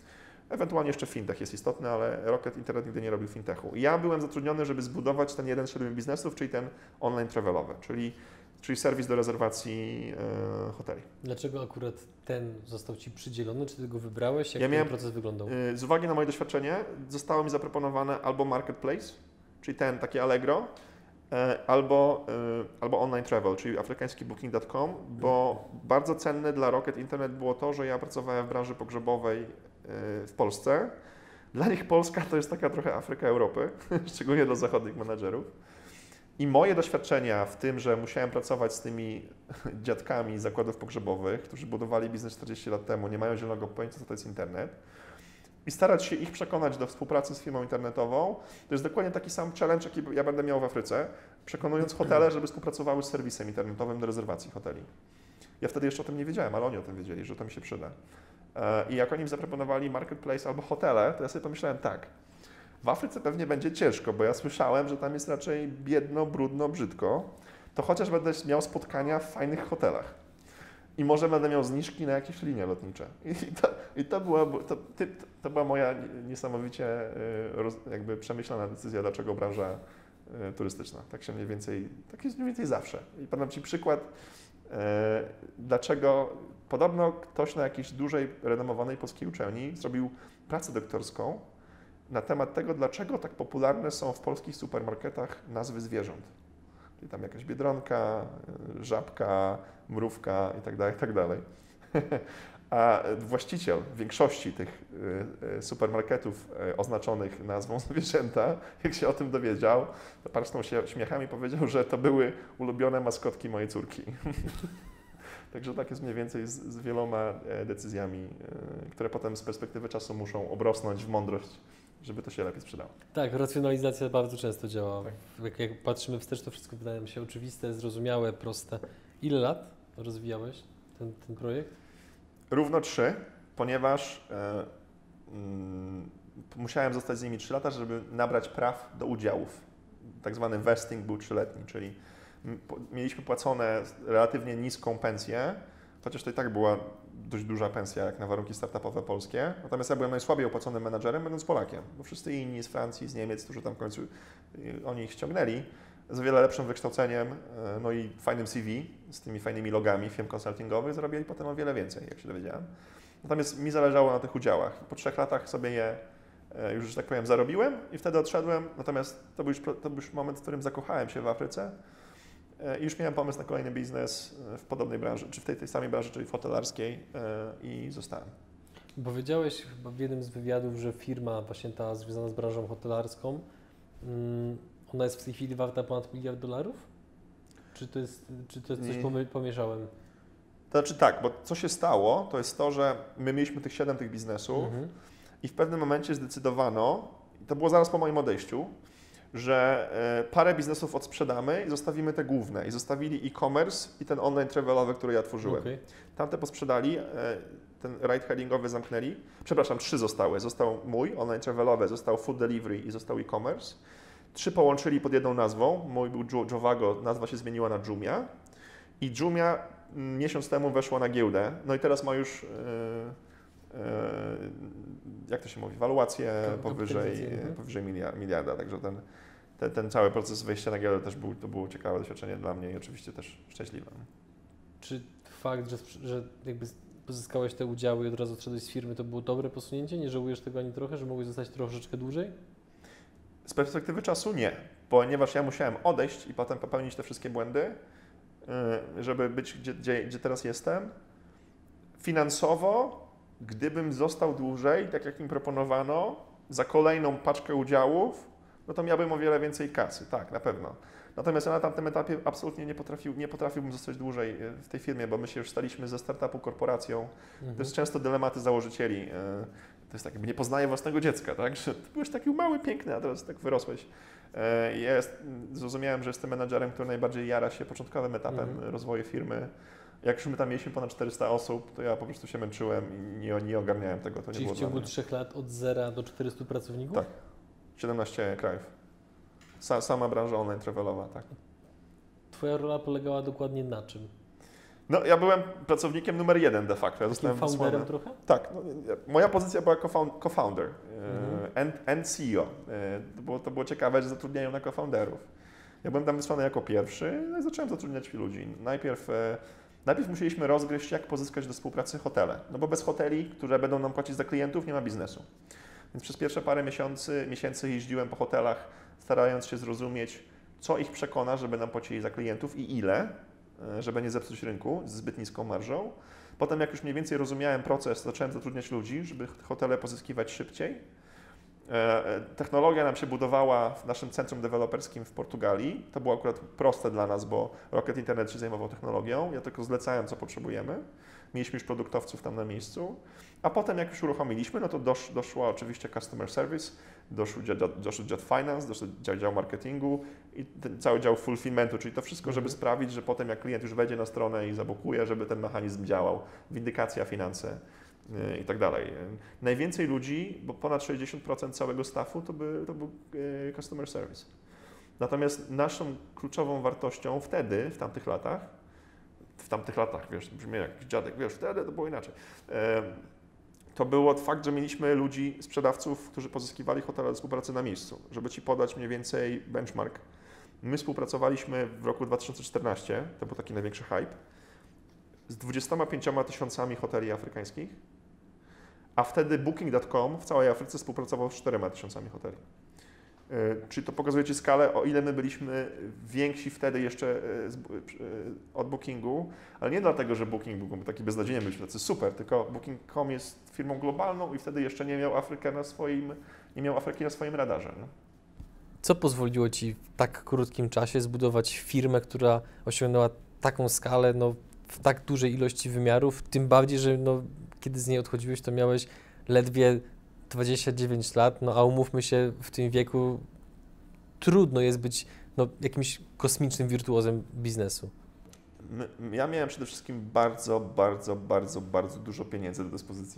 Ewentualnie jeszcze fintech jest istotny, ale Rocket Internet nigdy nie robił fintechu. Ja byłem zatrudniony, żeby zbudować ten jeden z siedmiu biznesów, czyli ten online travelowy, czyli, czyli serwis do rezerwacji e, hoteli. Dlaczego akurat ten został Ci przydzielony? Czy Ty go wybrałeś? Jak Ja ten miałem, proces wyglądał? e, z uwagi na moje doświadczenie zostało mi zaproponowane albo marketplace, czyli ten taki Allegro, e, albo, e, albo online travel, czyli afrykański booking kropka com, bo bardzo cenne dla Rocket Internet było to, że ja pracowałem w branży pogrzebowej w Polsce. Dla nich Polska to jest taka trochę Afryka Europy, szczególnie dla zachodnich menadżerów. I moje doświadczenia w tym, że musiałem pracować z tymi dziadkami z zakładów pogrzebowych, którzy budowali biznes czterdzieści lat temu, nie mają zielonego pojęcia, co to jest internet, i starać się ich przekonać do współpracy z firmą internetową, to jest dokładnie taki sam challenge, jaki ja będę miał w Afryce, przekonując hotele, żeby współpracowały z serwisem internetowym do rezerwacji hoteli. Ja wtedy jeszcze o tym nie wiedziałem, ale oni o tym wiedzieli, że to mi się przyda. I jak oni mi zaproponowali marketplace albo hotele, to ja sobie pomyślałem tak, w Afryce pewnie będzie ciężko, bo ja słyszałem, że tam jest raczej biedno, brudno, brzydko, to chociaż będę miał spotkania w fajnych hotelach i może będę miał zniżki na jakieś linie lotnicze. I to, i to, była, to, to była moja niesamowicie jakby przemyślana decyzja, dlaczego branża turystyczna. Tak się mniej więcej, tak jest mniej więcej zawsze. I podam Ci przykład, dlaczego podobno ktoś na jakiejś dużej, renomowanej polskiej uczelni zrobił pracę doktorską na temat tego, dlaczego tak popularne są w polskich supermarketach nazwy zwierząt. Czyli tam jakaś biedronka, żabka, mrówka itd., itd. A właściciel większości tych supermarketów oznaczonych nazwą zwierzęta, jak się o tym dowiedział, to parsknął się śmiechami i powiedział, że to były ulubione maskotki mojej córki. Także tak jest mniej więcej z, z wieloma decyzjami, które potem z perspektywy czasu muszą obrosnąć w mądrość, żeby to się lepiej sprzedało. Tak, racjonalizacja bardzo często działa. Tak. Jak, jak patrzymy wstecz, to wszystko wydaje mi się oczywiste, zrozumiałe, proste. Ile lat rozwijałeś ten, ten projekt? Równo trzy, ponieważ e, mm, musiałem zostać z nimi trzy lata, żeby nabrać praw do udziałów. Tak zwany vesting był trzyletni, czyli mieliśmy płacone relatywnie niską pensję, chociaż to i tak była dość duża pensja jak na warunki startupowe polskie. Natomiast ja byłem najsłabiej opłaconym menadżerem, będąc Polakiem, bo wszyscy inni z Francji, z Niemiec, którzy tam w końcu oni ich ściągnęli, z wiele lepszym wykształceniem, no i fajnym C V, z tymi fajnymi logami firm konsultingowych, zarobili potem o wiele więcej, jak się dowiedziałem. Natomiast mi zależało na tych udziałach. Po trzech latach sobie je już, że tak powiem, zarobiłem i wtedy odszedłem, natomiast to był już, to był już moment, w którym zakochałem się w Afryce. I już miałem pomysł na kolejny biznes w podobnej branży, czy w tej, tej samej branży, czyli hotelarskiej, i zostałem. Powiedziałeś chyba w jednym z wywiadów, że firma właśnie ta związana z branżą hotelarską, ona jest w tej chwili warta ponad miliard dolarów? Czy to jest, czy to jest coś pomy- pomieszałem? To znaczy tak, bo co się stało, to jest to, że my mieliśmy tych siedem tych biznesów mhm. i w pewnym momencie zdecydowano, to było zaraz po moim odejściu, że parę biznesów odsprzedamy i zostawimy te główne. I zostawili e-commerce i ten online travelowy, który ja tworzyłem. Okay. Tamte posprzedali, ten ride-hailingowy zamknęli. Przepraszam, trzy zostały. Został mój, online travelowy, został food delivery i został e-commerce. Trzy połączyli pod jedną nazwą. Mój był Jovago, nazwa się zmieniła na Jumia. I Jumia miesiąc temu weszła na giełdę. No i teraz ma już, yy, yy, jak to się mówi, waluację powyżej, powyżej miliarda. Także ten Ten, ten cały proces wejścia na giełdę też był, to było ciekawe doświadczenie dla mnie i oczywiście też szczęśliwe. Czy fakt, że, że jakby pozyskałeś te udziały i od razu odszedłeś z firmy, to było dobre posunięcie? Nie żałujesz tego ani trochę, że mogłeś zostać troszeczkę dłużej? Z perspektywy czasu nie, ponieważ ja musiałem odejść i potem popełnić te wszystkie błędy, żeby być gdzie, gdzie, gdzie teraz jestem. Finansowo, gdybym został dłużej, tak jak mi proponowano, za kolejną paczkę udziałów, no to miałbym o wiele więcej kasy, tak, na pewno. Natomiast ja na tamtym etapie absolutnie nie, potrafił, nie potrafiłbym zostać dłużej w tej firmie, bo my się już staliśmy ze startupu korporacją. Mhm. To jest często dylematy założycieli. To jest tak, jakby nie poznaję własnego dziecka, tak? Że ty byłeś taki mały, piękny, a teraz tak wyrosłeś. Ja jest, zrozumiałem, że jestem menadżerem, który najbardziej jara się początkowym etapem mhm. rozwoju firmy. Jak już my tam mieliśmy ponad czterysta osób, to ja po prostu się męczyłem i nie, nie ogarniałem tego. To Czyli nie było w ciągu trzech lat od zera do czterystu pracowników? Tak. siedemnaście krajów. Sa, sama branża online travelowa, tak. Twoja rola polegała dokładnie na czym? No, ja byłem pracownikiem numer jeden de facto. Ja Takim founderem trochę? Tak. No, moja pozycja była co-founder Mhm. and, and C E O. To było, to było ciekawe, że zatrudniają na co-founderów. Ja byłem tam wysłany jako pierwszy, no i zacząłem zatrudniać ludzi. Najpierw, najpierw musieliśmy rozgryźć, jak pozyskać do współpracy hotele. No bo bez hoteli, które będą nam płacić za klientów, nie ma biznesu. Więc przez pierwsze parę miesięcy, miesięcy jeździłem po hotelach, starając się zrozumieć, co ich przekona, żeby nam płacili za klientów i ile, żeby nie zepsuć rynku z zbyt niską marżą. Potem, jak już mniej więcej rozumiałem proces, zacząłem zatrudniać ludzi, żeby hotele pozyskiwać szybciej. Technologia nam się budowała w naszym centrum deweloperskim w Portugalii. To było akurat proste dla nas, bo Rocket Internet się zajmował technologią. Ja tylko zlecałem, co potrzebujemy. Mieliśmy już produktowców tam na miejscu. A potem, jak już uruchomiliśmy, no to dosz, doszło oczywiście Customer Service, doszło, doszło dział Finance, doszło dział, dział marketingu i ten cały dział fulfillmentu, czyli to wszystko, żeby Mhm. sprawić, że potem jak klient już wejdzie na stronę i zabukuje, żeby ten mechanizm działał. Windykacja, finanse i tak dalej. Najwięcej ludzi, bo ponad sześćdziesiąt procent całego staffu to, by, to był Customer Service. Natomiast naszą kluczową wartością wtedy, w tamtych latach, w tamtych latach, wiesz, brzmi jak dziadek, wiesz, wtedy to było inaczej. To było fakt, że mieliśmy ludzi, sprzedawców, którzy pozyskiwali hotele do współpracy na miejscu. Żeby Ci podać mniej więcej benchmark, my współpracowaliśmy w roku dwa tysiące czternastym, to był taki największy hype, z dwudziestoma pięcioma tysiącami hoteli afrykańskich, a wtedy Booking kropka com w całej Afryce współpracował z czterema tysiącami hoteli. Czyli to pokazuje Ci skalę, o ile my byliśmy więksi wtedy jeszcze od Bookingu, ale nie dlatego, że Booking był taki beznadziejny, byliśmy tacy super, tylko Booking kropka com jest firmą globalną i wtedy jeszcze nie miał Afrykę na swoim, nie miał Afryki na swoim radarze. Nie? Co pozwoliło Ci w tak krótkim czasie zbudować firmę, która osiągnęła taką skalę, no, w tak dużej ilości wymiarów, tym bardziej, że no, kiedy z niej odchodziłeś, to miałeś ledwie dwadzieścia dziewięć lat, no a umówmy się, w tym wieku trudno jest być no, jakimś kosmicznym wirtuozem biznesu. My, ja miałem przede wszystkim bardzo, bardzo, bardzo, bardzo dużo pieniędzy do dyspozycji.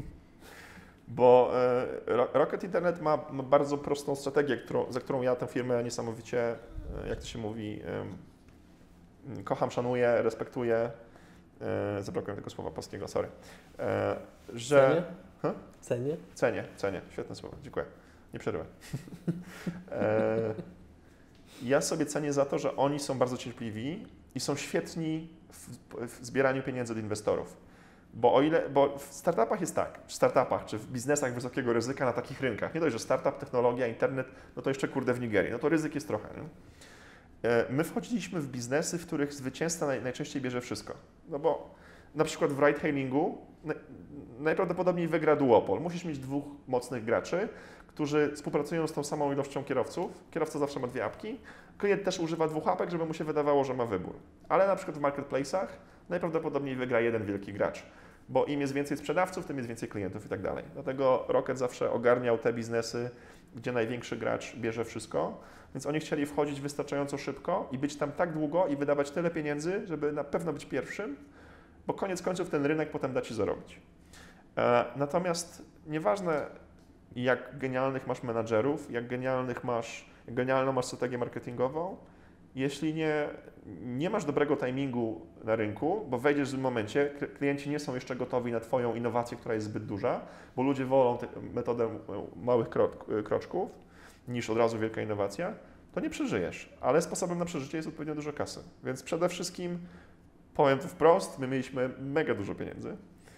Bo e, Rocket Internet ma, ma bardzo prostą strategię, którą, za którą ja tę firmę niesamowicie, jak to się mówi, e, kocham, szanuję, respektuję. E, zabrakło mi tego słowa polskiego, sorry. E, że... Cenię? Huh? Cenię? Cenię, cenię. Świetne słowo, dziękuję. Nie przerywaj. e, ja sobie cenię za to, że oni są bardzo cierpliwi i są świetni w, w zbieraniu pieniędzy od inwestorów. Bo o ile, bo w startupach jest tak, w startupach czy w biznesach wysokiego ryzyka na takich rynkach, nie dość, że startup, technologia, internet, no to jeszcze kurde w Nigerii, no to ryzyk jest trochę. Nie? My wchodziliśmy w biznesy, w których zwycięzca naj, najczęściej bierze wszystko. No bo na przykład w ride-hailingu najprawdopodobniej wygra duopol. Musisz mieć dwóch mocnych graczy, którzy współpracują z tą samą ilością kierowców. Kierowca zawsze ma dwie apki. Klient też używa dwóch apek, żeby mu się wydawało, że ma wybór. Ale na przykład w marketplace'ach najprawdopodobniej wygra jeden wielki gracz, bo im jest więcej sprzedawców, tym jest więcej klientów i tak dalej. Dlatego Rocket zawsze ogarniał te biznesy, gdzie największy gracz bierze wszystko, więc oni chcieli wchodzić wystarczająco szybko i być tam tak długo i wydawać tyle pieniędzy, żeby na pewno być pierwszym, bo koniec końców ten rynek potem da Ci zarobić. E, natomiast nieważne, jak genialnych masz menadżerów, jak genialnych masz, jak genialną masz strategię marketingową, jeśli nie, nie masz dobrego timingu na rynku, bo wejdziesz w tym momencie, klienci nie są jeszcze gotowi na Twoją innowację, która jest zbyt duża, bo ludzie wolą te, metodę małych kroczków niż od razu wielka innowacja, to nie przeżyjesz. Ale sposobem na przeżycie jest odpowiednio dużo kasy. Więc przede wszystkim, powiem to wprost, my mieliśmy mega dużo pieniędzy.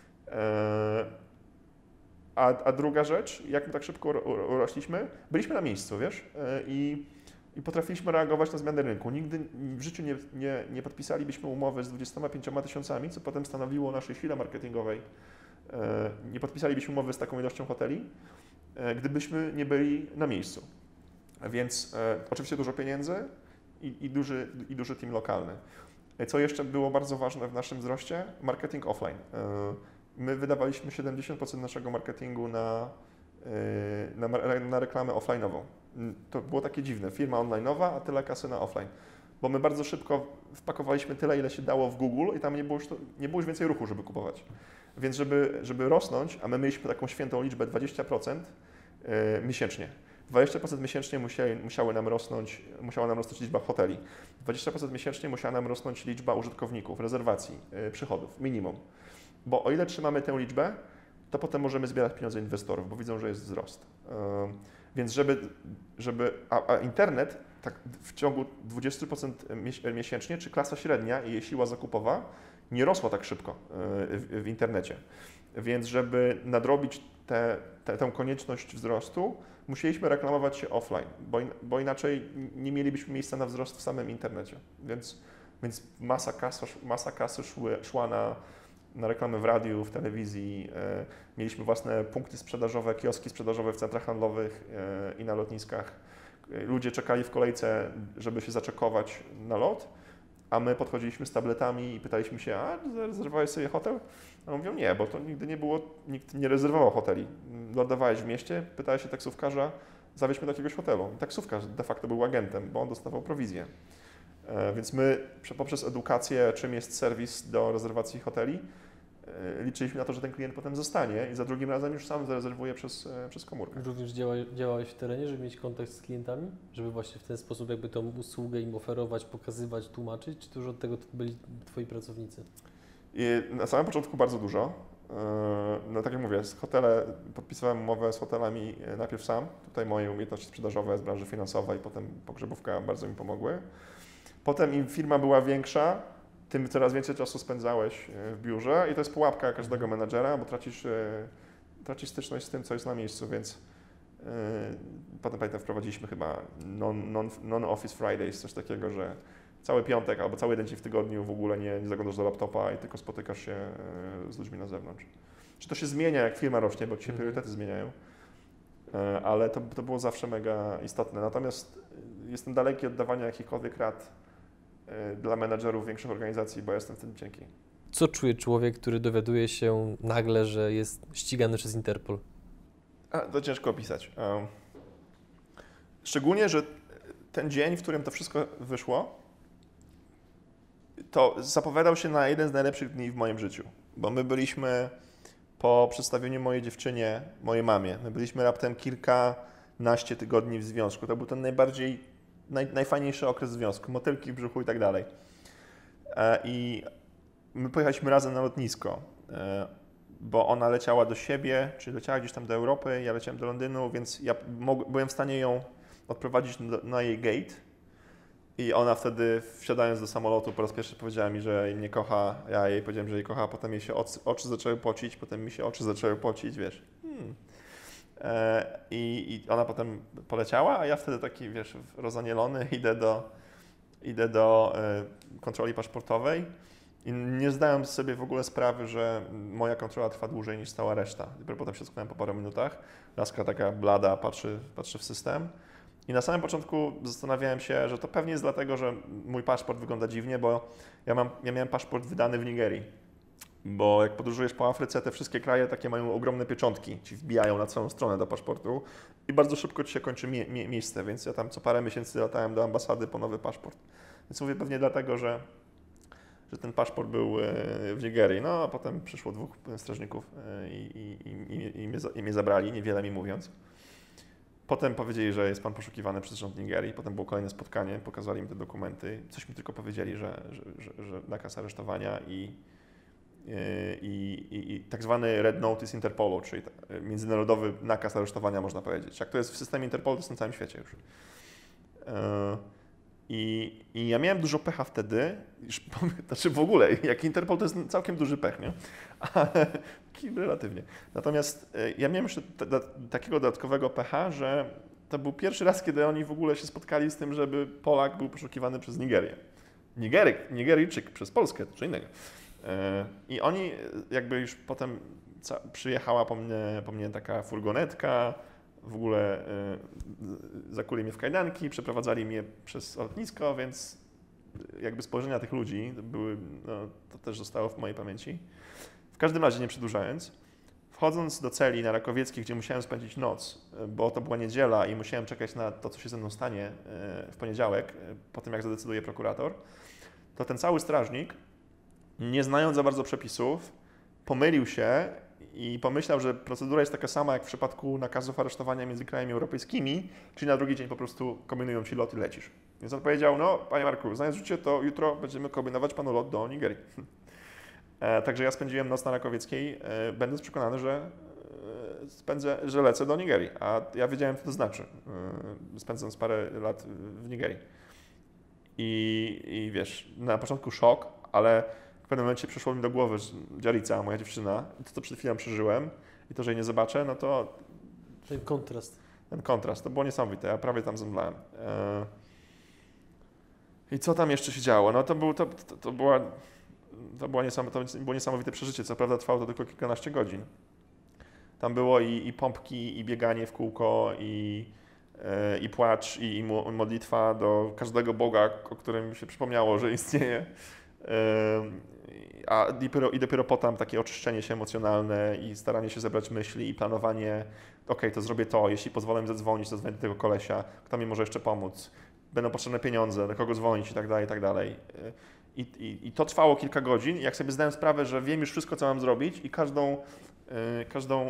A, a druga rzecz, jak my tak szybko urośliśmy, byliśmy na miejscu, wiesz, i I potrafiliśmy reagować na zmiany rynku. Nigdy w życiu nie, nie, nie podpisalibyśmy umowy z dwudziestoma pięcioma tysiącami, co potem stanowiło o naszej sile marketingowej. Nie podpisalibyśmy umowy z taką ilością hoteli, gdybyśmy nie byli na miejscu. Więc oczywiście dużo pieniędzy i, i, duży, i duży team lokalny. Co jeszcze było bardzo ważne w naszym wzroście? Marketing offline. My wydawaliśmy siedemdziesiąt procent naszego marketingu na, na, na reklamę offline'ową. To było takie dziwne, firma online'owa, a tyle kasy na offline. Bo my bardzo szybko wpakowaliśmy tyle, ile się dało w Google i tam nie było już, to, nie było już więcej ruchu, żeby kupować. Więc żeby, żeby rosnąć, a my mieliśmy taką świętą liczbę dwadzieścia procent yy, miesięcznie. dwadzieścia procent miesięcznie musiały, musiały nam rosnąć, musiała nam rosnąć liczba hoteli. dwadzieścia procent miesięcznie musiała nam rosnąć liczba użytkowników, rezerwacji, yy, przychodów, minimum. Bo o ile trzymamy tę liczbę, to potem możemy zbierać pieniądze inwestorów, bo widzą, że jest wzrost. Yy, więc żeby, żeby a, a internet tak w ciągu dwadzieścia procent miesięcznie, czy klasa średnia i jej siła zakupowa nie rosła tak szybko w, w internecie. Więc żeby nadrobić te, te, tę konieczność wzrostu, musieliśmy reklamować się offline, bo, in, bo inaczej nie mielibyśmy miejsca na wzrost w samym internecie. Więc, więc masa kasy, masa kasy szły, szła na, na reklamy w radiu, w telewizji. E, mieliśmy własne punkty sprzedażowe, kioski sprzedażowe w centrach handlowych e, i na lotniskach. Ludzie czekali w kolejce, żeby się zaczekować na lot, a my podchodziliśmy z tabletami i pytaliśmy się, a zarezerwowałeś sobie hotel? A mówią, nie, bo to nigdy nie było, nikt nie rezerwował hoteli. Lądowałeś w mieście, pytałeś się taksówkarza, zawieźmy do jakiegoś hotelu. I taksówkarz de facto był agentem, bo on dostawał prowizję. E, więc my poprzez edukację, czym jest serwis do rezerwacji hoteli, e, liczyliśmy na to, że ten klient potem zostanie i za drugim razem już sam zarezerwuje przez, e, przez komórkę. Również działa, działałeś w terenie, żeby mieć kontakt z klientami? Żeby właśnie w ten sposób jakby tą usługę im oferować, pokazywać, tłumaczyć? Czy to już od tego byli Twoi pracownicy? I na samym początku bardzo dużo. No tak jak mówię, z hotele, podpisywałem umowę z hotelami najpierw sam. Tutaj moje umiejętności sprzedażowe z branży finansowej, potem pogrzebówka bardzo mi pomogły. Potem im firma była większa, tym coraz więcej czasu spędzałeś w biurze i to jest pułapka każdego menadżera, bo tracisz, tracisz styczność z tym, co jest na miejscu, więc yy, potem pamiętam, wprowadziliśmy chyba non, non, non-office Fridays, coś takiego, że cały piątek albo cały jeden dzień w tygodniu w ogóle nie, nie zaglądasz do laptopa i tylko spotykasz się z ludźmi na zewnątrz. Czy to się zmienia, jak firma rośnie, bo ci się priorytety zmieniają, ale to, to było zawsze mega istotne. Natomiast jestem daleki od dawania jakichkolwiek rad dla menadżerów większych organizacji, bo jestem w tym cienki. Co czuje człowiek, który dowiaduje się nagle, że jest ścigany przez Interpol? A, to ciężko opisać. Um, szczególnie, że ten dzień, w którym to wszystko wyszło, to zapowiadał się na jeden z najlepszych dni w moim życiu, bo my byliśmy po przedstawieniu mojej dziewczynie, mojej mamie, my byliśmy raptem kilkanaście tygodni w związku. To był ten najbardziej, naj, najfajniejszy okres związku, motylki w brzuchu i tak dalej. I my pojechaliśmy razem na lotnisko, bo ona leciała do siebie, czy leciała gdzieś tam do Europy, ja leciałem do Londynu, więc ja byłem w stanie ją odprowadzić na jej gate. I ona wtedy, wsiadając do samolotu, po raz pierwszy powiedziała mi, że mnie kocha, ja jej powiedziałem, że jej kocha, potem jej się oczy, oczy zaczęły pocić, potem mi się oczy zaczęły pocić, wiesz. Hmm. E, i, I ona potem poleciała, a ja wtedy taki, wiesz, rozanielony idę do, idę do e, kontroli paszportowej i nie zdałem sobie w ogóle sprawy, że moja kontrola trwa dłużej niż cała reszta. Dopiero potem się składałem po paru minutach, laska taka blada patrzy, patrzy w system. I na samym początku zastanawiałem się, że to pewnie jest dlatego, że mój paszport wygląda dziwnie, bo ja, mam, ja miałem paszport wydany w Nigerii. Bo jak podróżujesz po Afryce, te wszystkie kraje takie mają ogromne pieczątki, ci wbijają na całą stronę do paszportu i bardzo szybko ci się kończy mie mie miejsce, więc ja tam co parę miesięcy latałem do ambasady po nowy paszport. Więc mówię pewnie dlatego, że, że ten paszport był w Nigerii. No a potem przyszło dwóch strażników i, i, i, i, mnie, i mnie zabrali, niewiele mi mówiąc. Potem powiedzieli, że jest pan poszukiwany przez rząd Nigerii. Potem było kolejne spotkanie, pokazali mi te dokumenty. Coś mi tylko powiedzieli, że, że, że, że nakaz aresztowania i, i, i, i tak zwany Red Notice Interpolu, czyli międzynarodowy nakaz aresztowania, można powiedzieć. Jak to jest w systemie Interpolu, to jest na całym świecie już. I, I ja miałem dużo pecha wtedy, już, znaczy w ogóle, jak Interpol to jest całkiem duży pech, nie? Ale relatywnie. Natomiast ja miałem jeszcze t- t- takiego dodatkowego pecha, że to był pierwszy raz, kiedy oni w ogóle się spotkali z tym, żeby Polak był poszukiwany przez Nigerię. Nigeryk, Nigeryjczyk przez Polskę, to co innego. I oni jakby już potem przyjechała po mnie, po mnie taka furgonetka, w ogóle zakuli mnie w kajdanki, przeprowadzali mnie przez lotnisko, więc jakby spojrzenia tych ludzi były, no, to też zostało w mojej pamięci. W każdym razie, nie przedłużając, wchodząc do celi na Rakowieckiej, gdzie musiałem spędzić noc, bo to była niedziela i musiałem czekać na to, co się ze mną stanie w poniedziałek, po tym jak zadecyduje prokurator, to ten cały strażnik, nie znając za bardzo przepisów, pomylił się i pomyślał, że procedura jest taka sama jak w przypadku nakazów aresztowania między krajami europejskimi, czyli na drugi dzień po prostu kombinują ci lot i lecisz. Więc on powiedział, no panie Marku, znając życie, to jutro będziemy kombinować panu lot do Nigerii. E, także ja spędziłem noc na Rakowieckiej, e, będąc przekonany, że e, spędzę, że lecę do Nigerii, a ja wiedziałem, co to znaczy, e, spędzając parę lat w Nigerii. I, I wiesz, na początku szok, ale w pewnym momencie przyszło mi do głowy, że Dziarica, moja dziewczyna, i to, co przed chwilą przeżyłem i to, że jej nie zobaczę, no to... Ten kontrast. Ten kontrast, to było niesamowite, ja prawie tam zemdlałem. E, I co tam jeszcze się działo? No to, był, to, to, to, była, to, była niesamowite, to było niesamowite przeżycie, co prawda trwało to tylko kilkanaście godzin. Tam było i, i pompki, i bieganie w kółko, i, e, i płacz, i, i modlitwa do każdego Boga, o którym mi się przypomniało, że istnieje. E, a i dopiero, i dopiero potem takie oczyszczenie się emocjonalne i staranie się zebrać myśli i planowanie, okej, to zrobię to, jeśli pozwolę mi zadzwonić, to dzwonię do tego kolesia, kto mi może jeszcze pomóc, będą potrzebne pieniądze, do kogo dzwonić i tak dalej, i tak dalej. I, i, I to trwało kilka godzin. Jak sobie zdałem sprawę, że wiem już wszystko, co mam zrobić i każdą, yy, każdą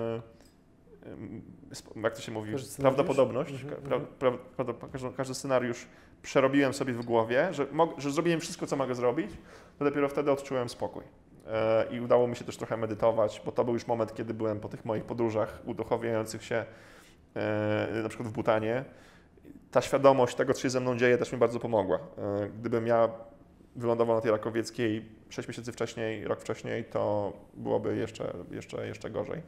yy, jak to się mówi, Każdy prawdopodobność, mhm, pra, pra, pra, każdy, każdy scenariusz przerobiłem sobie w głowie, że, mog, że zrobiłem wszystko, co mogę zrobić, to dopiero wtedy odczułem spokój. Yy, I udało mi się też trochę medytować, bo to był już moment, kiedy byłem po tych moich podróżach uduchawiających się, yy, na przykład w Butanie. Ta świadomość tego, co się ze mną dzieje, też mi bardzo pomogła. Gdybym ja wylądował na tej Rakowieckiej sześć miesięcy wcześniej, rok wcześniej, to byłoby jeszcze, jeszcze, jeszcze gorzej.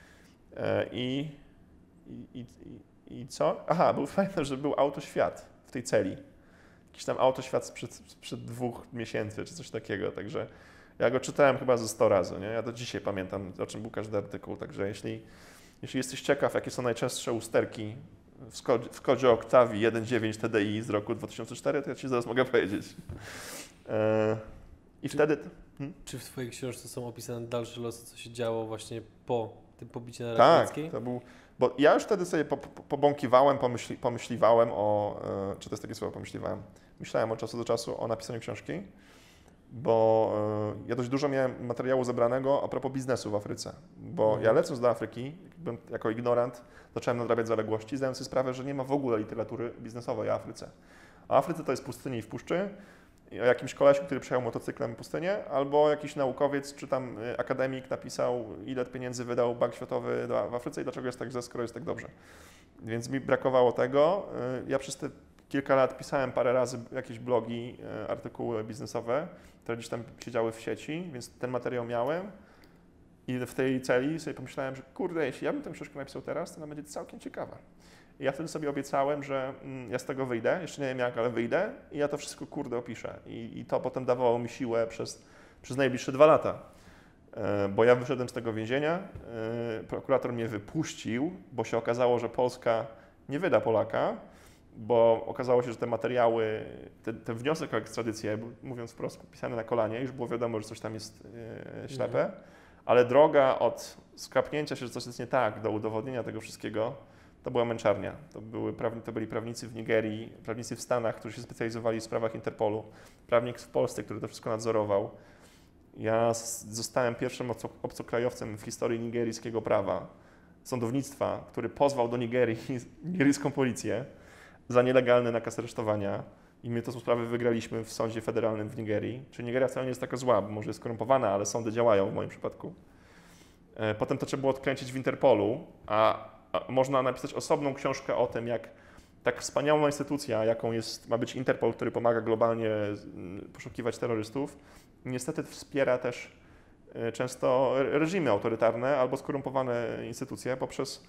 I, i, i, i co? Aha, był fajne, że był autoświat w tej celi. Jakiś tam autoświat sprzed, sprzed dwóch miesięcy, czy coś takiego, także ja go czytałem chyba ze sto razy, nie? Ja do dzisiaj pamiętam, o czym był każdy artykuł, także jeśli, jeśli jesteś ciekaw, jakie są najczęstsze usterki w kodzie, w kodzie Octavii jeden dziewięć T D I z roku dwa tysiące czwartego, to ja Ci zaraz mogę powiedzieć. E, I czy, wtedy... Hmm? Czy w Twojej książce są opisane dalsze losy, co się działo właśnie po tym pobicie na Tak, Rakowieckiej? to był... Bo ja już wtedy sobie po, po, pobąkiwałem, pomyśli, pomyśliwałem o... E, czy to jest takie słowo, pomyśliwałem? Myślałem od czasu do czasu o napisaniu książki, bo e, ja dość dużo miałem materiału zebranego a propos biznesu w Afryce. Bo Mhm. ja lecąc do Afryki, jako ignorant, zacząłem nadrabiać zaległości, zdając sobie sprawę, że nie ma w ogóle literatury biznesowej o Afryce. A Afryce to jest pustyni i w puszczy, o jakimś kolesiu, który przejechał motocyklem pustynię, albo jakiś naukowiec czy tam akademik napisał, ile pieniędzy wydał Bank Światowy w Afryce i dlaczego jest tak źle, skoro jest tak dobrze. Więc mi brakowało tego. Ja przez te kilka lat pisałem parę razy jakieś blogi, artykuły biznesowe, które gdzieś tam siedziały w sieci, więc ten materiał miałem. I w tej celi sobie pomyślałem, że kurde, jeśli ja bym tę książkę napisał teraz, to ona będzie całkiem ciekawa. I ja wtedy sobie obiecałem, że mm, ja z tego wyjdę, jeszcze nie wiem jak, ale wyjdę i ja to wszystko kurde opiszę. I, i to potem dawało mi siłę przez, przez najbliższe dwa lata. E, bo ja wyszedłem z tego więzienia, e, prokurator mnie wypuścił, bo się okazało, że Polska nie wyda Polaka, bo okazało się, że te materiały, ten, ten wniosek o ekstradycję, mówiąc wprost, pisany na kolanie, już było wiadomo, że coś tam jest e, ślepe. Mhm. Ale droga od skapnięcia się, że coś jest nie tak, do udowodnienia tego wszystkiego, to była męczarnia. To, były prawni, to byli prawnicy w Nigerii, prawnicy w Stanach, którzy się specjalizowali w sprawach Interpolu, prawnik w Polsce, który to wszystko nadzorował. Ja zostałem pierwszym obcokrajowcem w historii nigeryjskiego prawa, sądownictwa, który pozwał do Nigerii nigeryjską policję za nielegalny nakaz aresztowania. I my tę sprawę wygraliśmy w sądzie federalnym w Nigerii. Czyli Nigeria wcale nie jest taka zła, bo może jest skorumpowana, ale sądy działają w moim przypadku. Potem to trzeba było odkręcić w Interpolu, a, a można napisać osobną książkę o tym, jak tak wspaniała instytucja, jaką jest, ma być Interpol, który pomaga globalnie poszukiwać terrorystów, niestety wspiera też często reżimy autorytarne albo skorumpowane instytucje poprzez,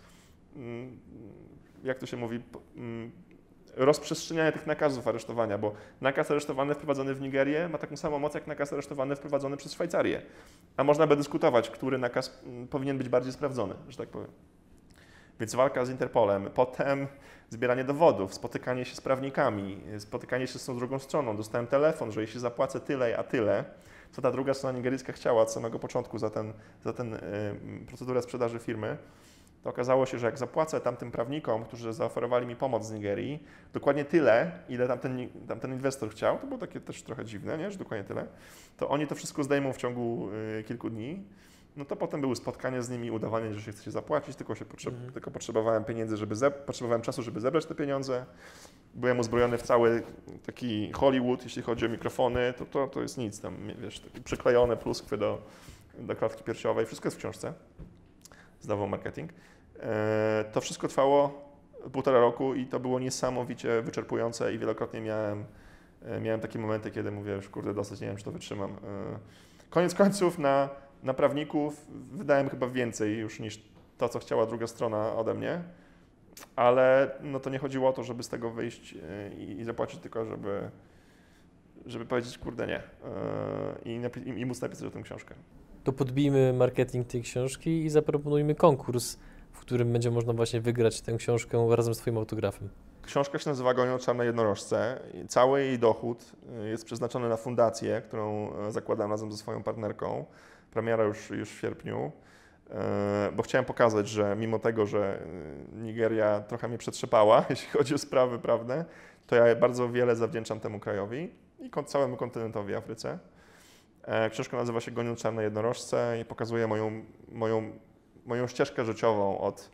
jak to się mówi, rozprzestrzeniania tych nakazów aresztowania, bo nakaz aresztowany wprowadzony w Nigerię ma taką samą moc jak nakaz aresztowany wprowadzony przez Szwajcarię. A można by dyskutować, który nakaz powinien być bardziej sprawdzony, że tak powiem. Więc walka z Interpolem, potem zbieranie dowodów, spotykanie się z prawnikami, spotykanie się z tą drugą stroną. Dostałem telefon, że jeśli zapłacę tyle, a tyle, co ta druga strona nigeryjska chciała od samego początku za ten, za ten yy, procedurę sprzedaży firmy, to okazało się, że jak zapłacę tamtym prawnikom, którzy zaoferowali mi pomoc z Nigerii, dokładnie tyle, ile tamten, tamten inwestor chciał, to było takie też trochę dziwne, nie? Że dokładnie tyle, to oni to wszystko zdejmą w ciągu y, kilku dni no to potem były spotkania z nimi, udawanie, że się chce się zapłacić, tylko, się potrze- Mhm. tylko potrzebowałem pieniędzy, żeby ze- potrzebowałem czasu, żeby zebrać te pieniądze. Byłem uzbrojony w cały taki Hollywood, jeśli chodzi o mikrofony, to to, to jest nic, tam wiesz, takie przyklejone pluskwy do, do klatki piersiowej, wszystko jest w książce, zdawał marketing. E, to wszystko trwało półtora roku i to było niesamowicie wyczerpujące i wielokrotnie miałem, e, miałem takie momenty, kiedy mówię, już kurde dosyć, nie wiem, czy to wytrzymam. E, koniec końców na, na prawników wydałem chyba więcej już niż to, co chciała druga strona ode mnie. Ale no to nie chodziło o to, żeby z tego wyjść i, i zapłacić, tylko żeby, żeby powiedzieć, kurde nie, yy, i, napi- i, i móc napisać o tym książkę. To podbijmy marketing tej książki i zaproponujmy konkurs, w którym będzie można właśnie wygrać tę książkę razem z Twoim autografem. Książka się nazywa Gonią czarne jednorożce. Cały jej dochód jest przeznaczony na fundację, którą zakładam razem ze swoją partnerką. Premiera już, już w sierpniu. Bo chciałem pokazać, że mimo tego, że Nigeria trochę mnie przetrzepała, jeśli chodzi o sprawy prawne, to ja bardzo wiele zawdzięczam temu krajowi i całemu kontynentowi Afryce. Książka nazywa się Goniąc czarne jednorożce i pokazuje moją, moją, moją ścieżkę życiową od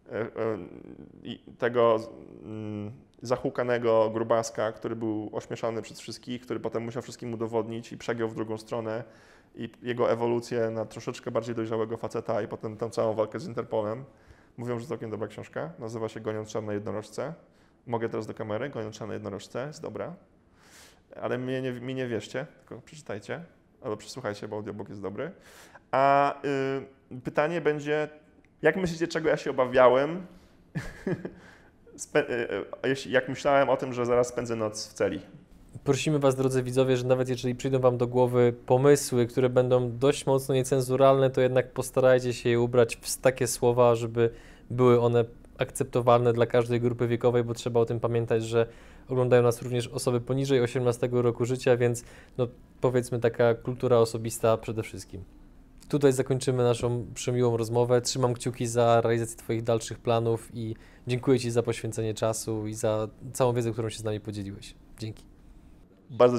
tego zahukanego grubaska, który był ośmieszany przez wszystkich, który potem musiał wszystkim udowodnić i przegiął w drugą stronę, i jego ewolucję na troszeczkę bardziej dojrzałego faceta i potem tą całą walkę z Interpolem. Mówią, że całkiem dobra książka. Nazywa się Goniąc czarne jednorożce. Mogę teraz do kamery. Goniąc czarne jednorożce. Jest dobra. Ale mnie nie, mi nie wierzcie, tylko przeczytajcie. Albo przesłuchajcie, bo audiobook jest dobry. A y, pytanie będzie, jak myślicie, czego ja się obawiałem, Spe- y, y, jak myślałem o tym, że zaraz spędzę noc w celi? Prosimy Was, drodzy widzowie, że nawet jeżeli przyjdą Wam do głowy pomysły, które będą dość mocno niecenzuralne, to jednak postarajcie się je ubrać w takie słowa, żeby były one akceptowalne dla każdej grupy wiekowej, bo trzeba o tym pamiętać, że oglądają nas również osoby poniżej osiemnastego roku życia, więc no, powiedzmy taka kultura osobista przede wszystkim. Tutaj zakończymy naszą przemiłą rozmowę. Trzymam kciuki za realizację Twoich dalszych planów i dziękuję Ci za poświęcenie czasu i za całą wiedzę, którą się z nami podzieliłeś. Dzięki. Bardzo